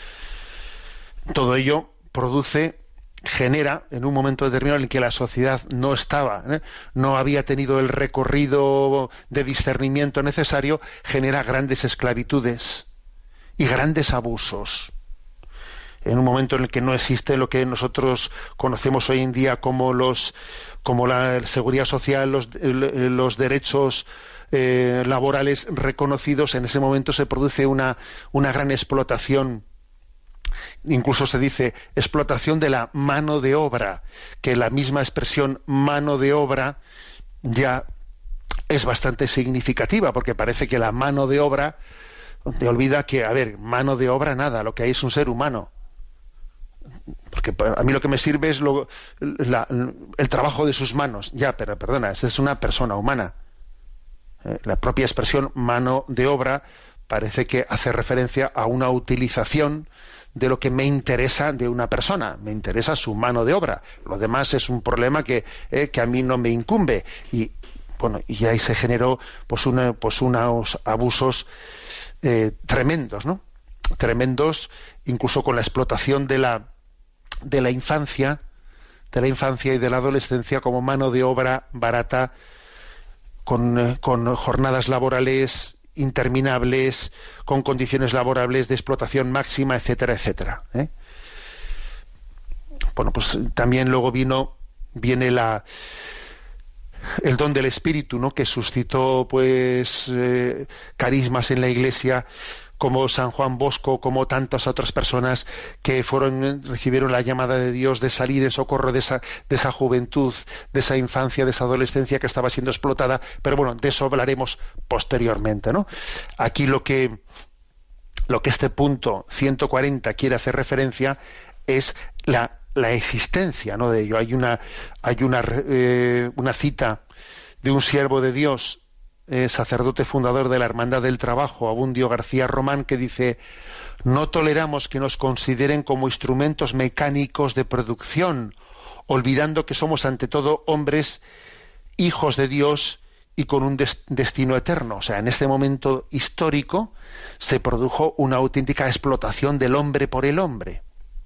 Todo ello produce, genera, en un momento determinado en el que la sociedad no estaba, ¿eh? no había tenido el recorrido de discernimiento necesario, genera grandes esclavitudes y grandes abusos. En un momento en el que no existe lo que nosotros conocemos hoy en día como los como la seguridad social, los, los derechos eh, laborales reconocidos, en ese momento se produce una, una gran explotación. Incluso se dice explotación de la mano de obra, que la misma expresión mano de obra ya es bastante significativa, porque parece que la mano de obra te olvida que, a ver, mano de obra nada, lo que hay es un ser humano. Porque a mí lo que me sirve es lo, la, el trabajo de sus manos. Ya, pero perdona, esa es una persona humana. Eh, la propia expresión mano de obra parece que hace referencia a una utilización de lo que me interesa de una persona. Me interesa su mano de obra. Lo demás es un problema que, eh, que a mí no me incumbe. Y bueno, y ahí se generó pues, una, pues unos abusos eh, tremendos, ¿no? Tremendos, incluso con la explotación de la de la infancia, de la infancia y de la adolescencia como mano de obra barata, con, eh, con jornadas laborales interminables, con condiciones laborables de explotación máxima, etcétera, etcétera. ¿eh? Bueno, pues también luego vino viene la el don del espíritu, ¿no?, que suscitó pues eh, carismas en la Iglesia, como San Juan Bosco, como tantas otras personas que fueron, recibieron la llamada de Dios de salir en socorro de esa, de esa juventud, de esa infancia, de esa adolescencia que estaba siendo explotada, pero bueno, de eso hablaremos posteriormente, ¿no? Aquí lo que, lo que este punto ciento cuarenta quiere hacer referencia es la, la existencia, ¿no?, de ello. Hay una, hay una, eh, una cita de un siervo de Dios, eh, sacerdote fundador de la Hermandad del Trabajo, Abundio García Román, que dice: no toleramos que nos consideren como instrumentos mecánicos de producción, olvidando que somos ante todo hombres, hijos de Dios y con un des- destino eterno. O sea, en este momento histórico se produjo una auténtica explotación del hombre por el hombre.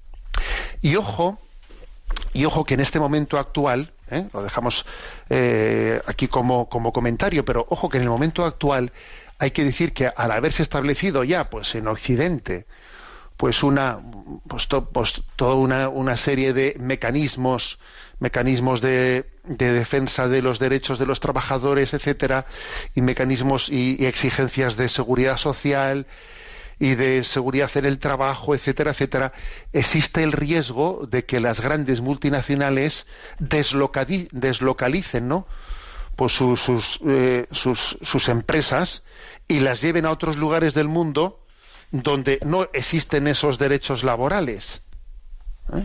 Y ojo, y ojo que en este momento actual, ¿eh? lo dejamos eh, aquí como, como comentario, pero ojo que en el momento actual hay que decir que al haberse establecido ya, pues en Occidente, pues una, pues, to, pues toda una, una serie de mecanismos, mecanismos de, de defensa de los derechos de los trabajadores, etcétera, y mecanismos y, y exigencias de seguridad social y de seguridad en el trabajo, etcétera, etcétera, existe el riesgo de que las grandes multinacionales deslocali- deslocalicen, ¿no?, pues sus, sus, eh, sus, sus empresas y las lleven a otros lugares del mundo donde no existen esos derechos laborales. ¿Eh?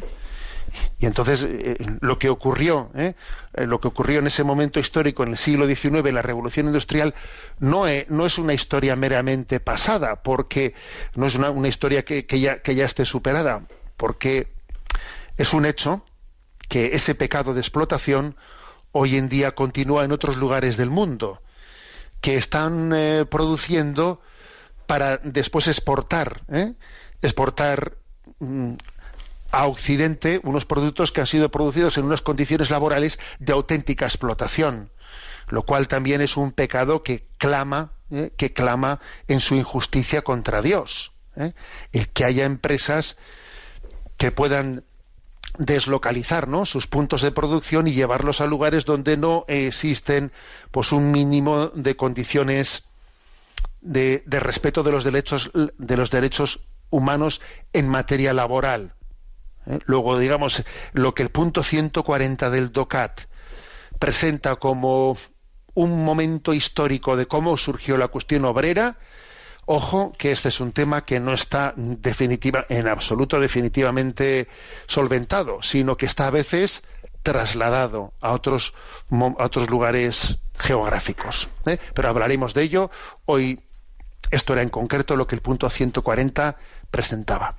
Y entonces eh, lo que ocurrió, ¿eh? Eh, lo que ocurrió en ese momento histórico, en el siglo diecinueve, la Revolución Industrial, no es, no es una historia meramente pasada, porque no es una, una historia que, que, ya, que ya esté superada, porque es un hecho que ese pecado de explotación hoy en día continúa en otros lugares del mundo, que están eh, produciendo para después exportar, ¿eh? exportar mm, a Occidente unos productos que han sido producidos en unas condiciones laborales de auténtica explotación, lo cual también es un pecado que clama, ¿eh? que clama en su injusticia contra Dios. ¿eh? El que haya empresas que puedan deslocalizar, ¿no?, sus puntos de producción y llevarlos a lugares donde no existen, pues, un mínimo de condiciones de, de respeto de los derechos de los derechos humanos en materia laboral. ¿Eh? Luego, digamos, lo que el punto ciento cuarenta del DOCAT presenta como un momento histórico de cómo surgió la cuestión obrera, ojo, que este es un tema que no está definitiva, en absoluto definitivamente solventado, sino que está a veces trasladado a otros, a otros lugares geográficos. ¿eh? Pero hablaremos de ello. Hoy esto era en concreto lo que el punto ciento cuarenta presentaba.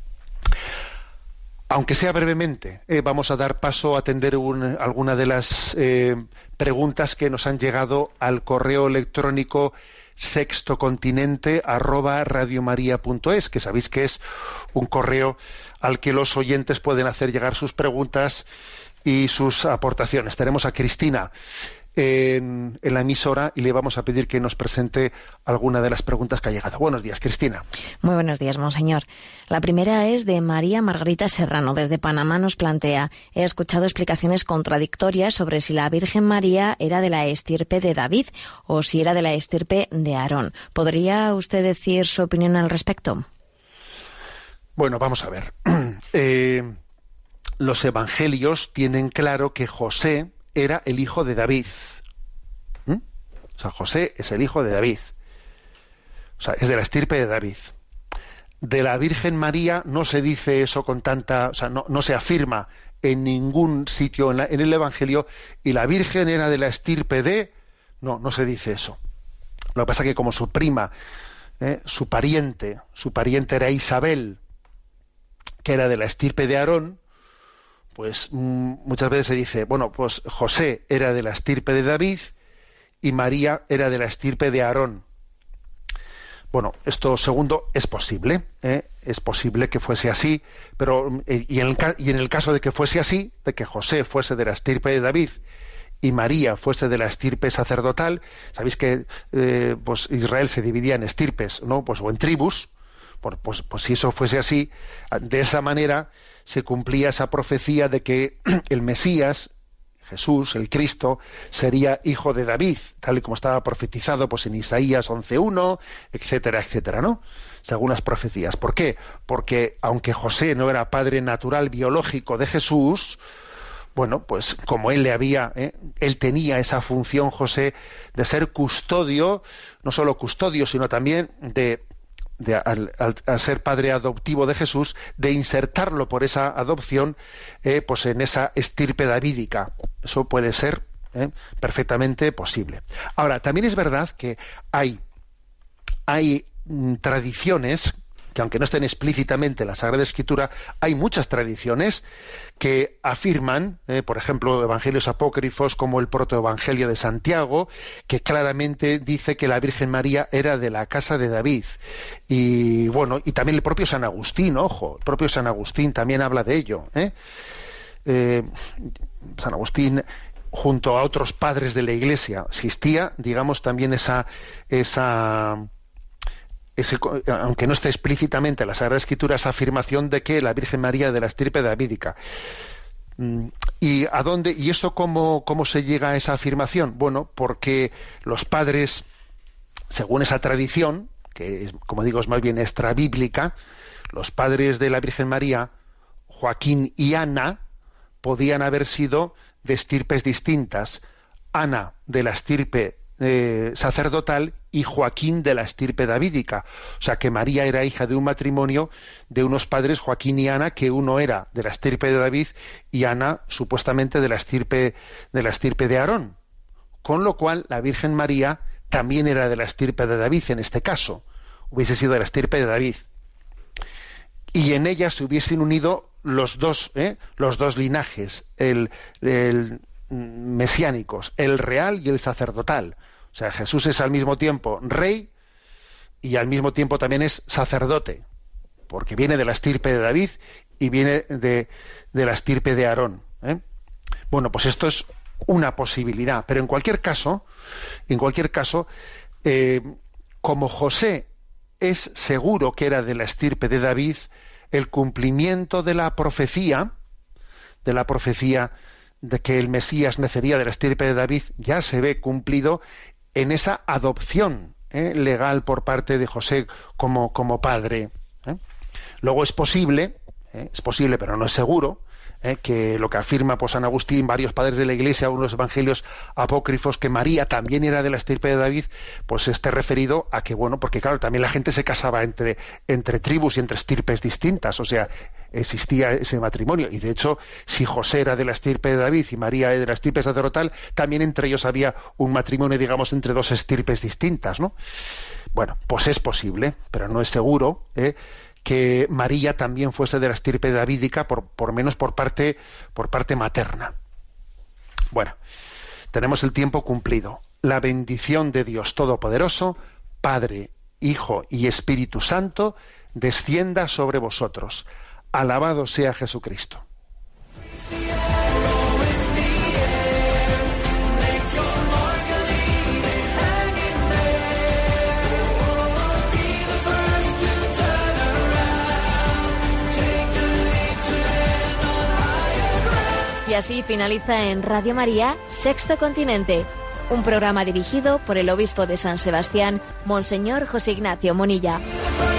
Aunque sea brevemente, eh, vamos a dar paso a atender un, alguna de las eh, preguntas que nos han llegado al correo electrónico sextocontinente arroba radiomaria punto es, que sabéis que es un correo al que los oyentes pueden hacer llegar sus preguntas y sus aportaciones. Tenemos a Cristina en, en la emisora y le vamos a pedir que nos presente alguna de las preguntas que ha llegado. Buenos días, Cristina. Muy buenos días, monseñor. La primera es de María Margarita Serrano. Desde Panamá nos plantea: he escuchado explicaciones contradictorias sobre si la Virgen María era de la estirpe de David o si era de la estirpe de Aarón. ¿Podría usted decir su opinión al respecto? Bueno, vamos a ver. Eh, los evangelios tienen claro que José era el hijo de David. ¿Mm? O sea, José es el hijo de David. O sea, es de la estirpe de David. De la Virgen María no se dice eso con tanta... O sea, no, no se afirma en ningún sitio en, la, en el Evangelio, y la Virgen era de la estirpe de... No, no se dice eso. Lo que pasa es que como su prima, eh, su pariente, su pariente era Isabel, que era de la estirpe de Aarón, pues mmm, muchas veces se dice, bueno, pues José era de la estirpe de David y María era de la estirpe de Aarón. Bueno, esto segundo es posible, ¿eh? es posible que fuese así, pero eh, y, en el, y en el caso de que fuese así, de que José fuese de la estirpe de David y María fuese de la estirpe sacerdotal, sabéis que eh, pues Israel se dividía en estirpes, ¿no? Pues o en tribus. Pues, pues, pues si eso fuese así, de esa manera se cumplía esa profecía de que el Mesías, Jesús, el Cristo, sería hijo de David, tal y como estaba profetizado pues en Isaías once uno, etcétera, etcétera, ¿no? Según las profecías. ¿Por qué? Porque aunque José no era padre natural biológico de Jesús, bueno, pues como él le había, ¿eh? él tenía esa función, José, de ser custodio, no solo custodio, sino también de, de al, al, al ser padre adoptivo de Jesús, de insertarlo por esa adopción, eh, pues en esa estirpe davídica. Eso puede ser ¿eh? perfectamente posible. Ahora, también es verdad que hay, hay mm, tradiciones que, aunque no estén explícitamente en la Sagrada Escritura, hay muchas tradiciones que afirman, eh, por ejemplo, evangelios apócrifos como el protoevangelio de Santiago, que claramente dice que la Virgen María era de la casa de David. Y bueno, y también el propio San Agustín, ojo, el propio San Agustín también habla de ello. ¿eh? Eh, San Agustín, junto a otros padres de la Iglesia, existía, digamos, también esa... esa Ese, aunque no esté explícitamente en la Sagrada Escritura, esa afirmación de que la Virgen María de la estirpe davídica. ¿Y a dónde? ¿Y eso cómo, cómo se llega a esa afirmación? Bueno, porque los padres, según esa tradición, que es, como digo, es más bien extrabíblica, los padres de la Virgen María, Joaquín y Ana, podían haber sido de estirpes distintas. Ana de la estirpe Eh, sacerdotal y Joaquín de la estirpe davídica. O sea que María era hija de un matrimonio de unos padres, Joaquín y Ana, que uno era de la estirpe de David y Ana supuestamente de la estirpe de la estirpe de Aarón. Con lo cual la Virgen María también era de la estirpe de David en este caso. Hubiese sido de la estirpe de David. Y en ella se hubiesen unido los dos, ¿eh? los dos linajes, el, el mesiánicos, el real y el sacerdotal. O sea, Jesús es al mismo tiempo rey y al mismo tiempo también es sacerdote, porque viene de la estirpe de David y viene de, de la estirpe de Aarón. ¿eh? Bueno, pues esto es una posibilidad, pero en cualquier caso, en cualquier caso, eh, como José es seguro que era de la estirpe de David, el cumplimiento de la profecía, de la profecía de que el Mesías nacería de la estirpe de David, ya se ve cumplido en esa adopción ¿eh? legal por parte de José como, como padre. ¿eh? Luego es posible, ¿eh? es posible, pero no es seguro, ¿eh? que lo que afirma pues, San Agustín, varios padres de la Iglesia, unos evangelios apócrifos, que María también era de la estirpe de David, pues esté referido a que, bueno, porque claro, también la gente se casaba entre, entre tribus y entre estirpes distintas, o sea, existía ese matrimonio, y de hecho, si José era de la estirpe de David y María de la estirpe sacerdotal, también entre ellos había un matrimonio, digamos, entre dos estirpes distintas, ¿no? Bueno, pues es posible, pero no es seguro, ¿eh? que María también fuese de la estirpe davídica, por, por menos por parte, por parte materna. Bueno, tenemos el tiempo cumplido. La bendición de Dios Todopoderoso, Padre, Hijo y Espíritu Santo, descienda sobre vosotros. Alabado sea Jesucristo. Y así finaliza en Radio María, Sexto Continente, un programa dirigido por el obispo de San Sebastián, Monseñor José Ignacio Monilla.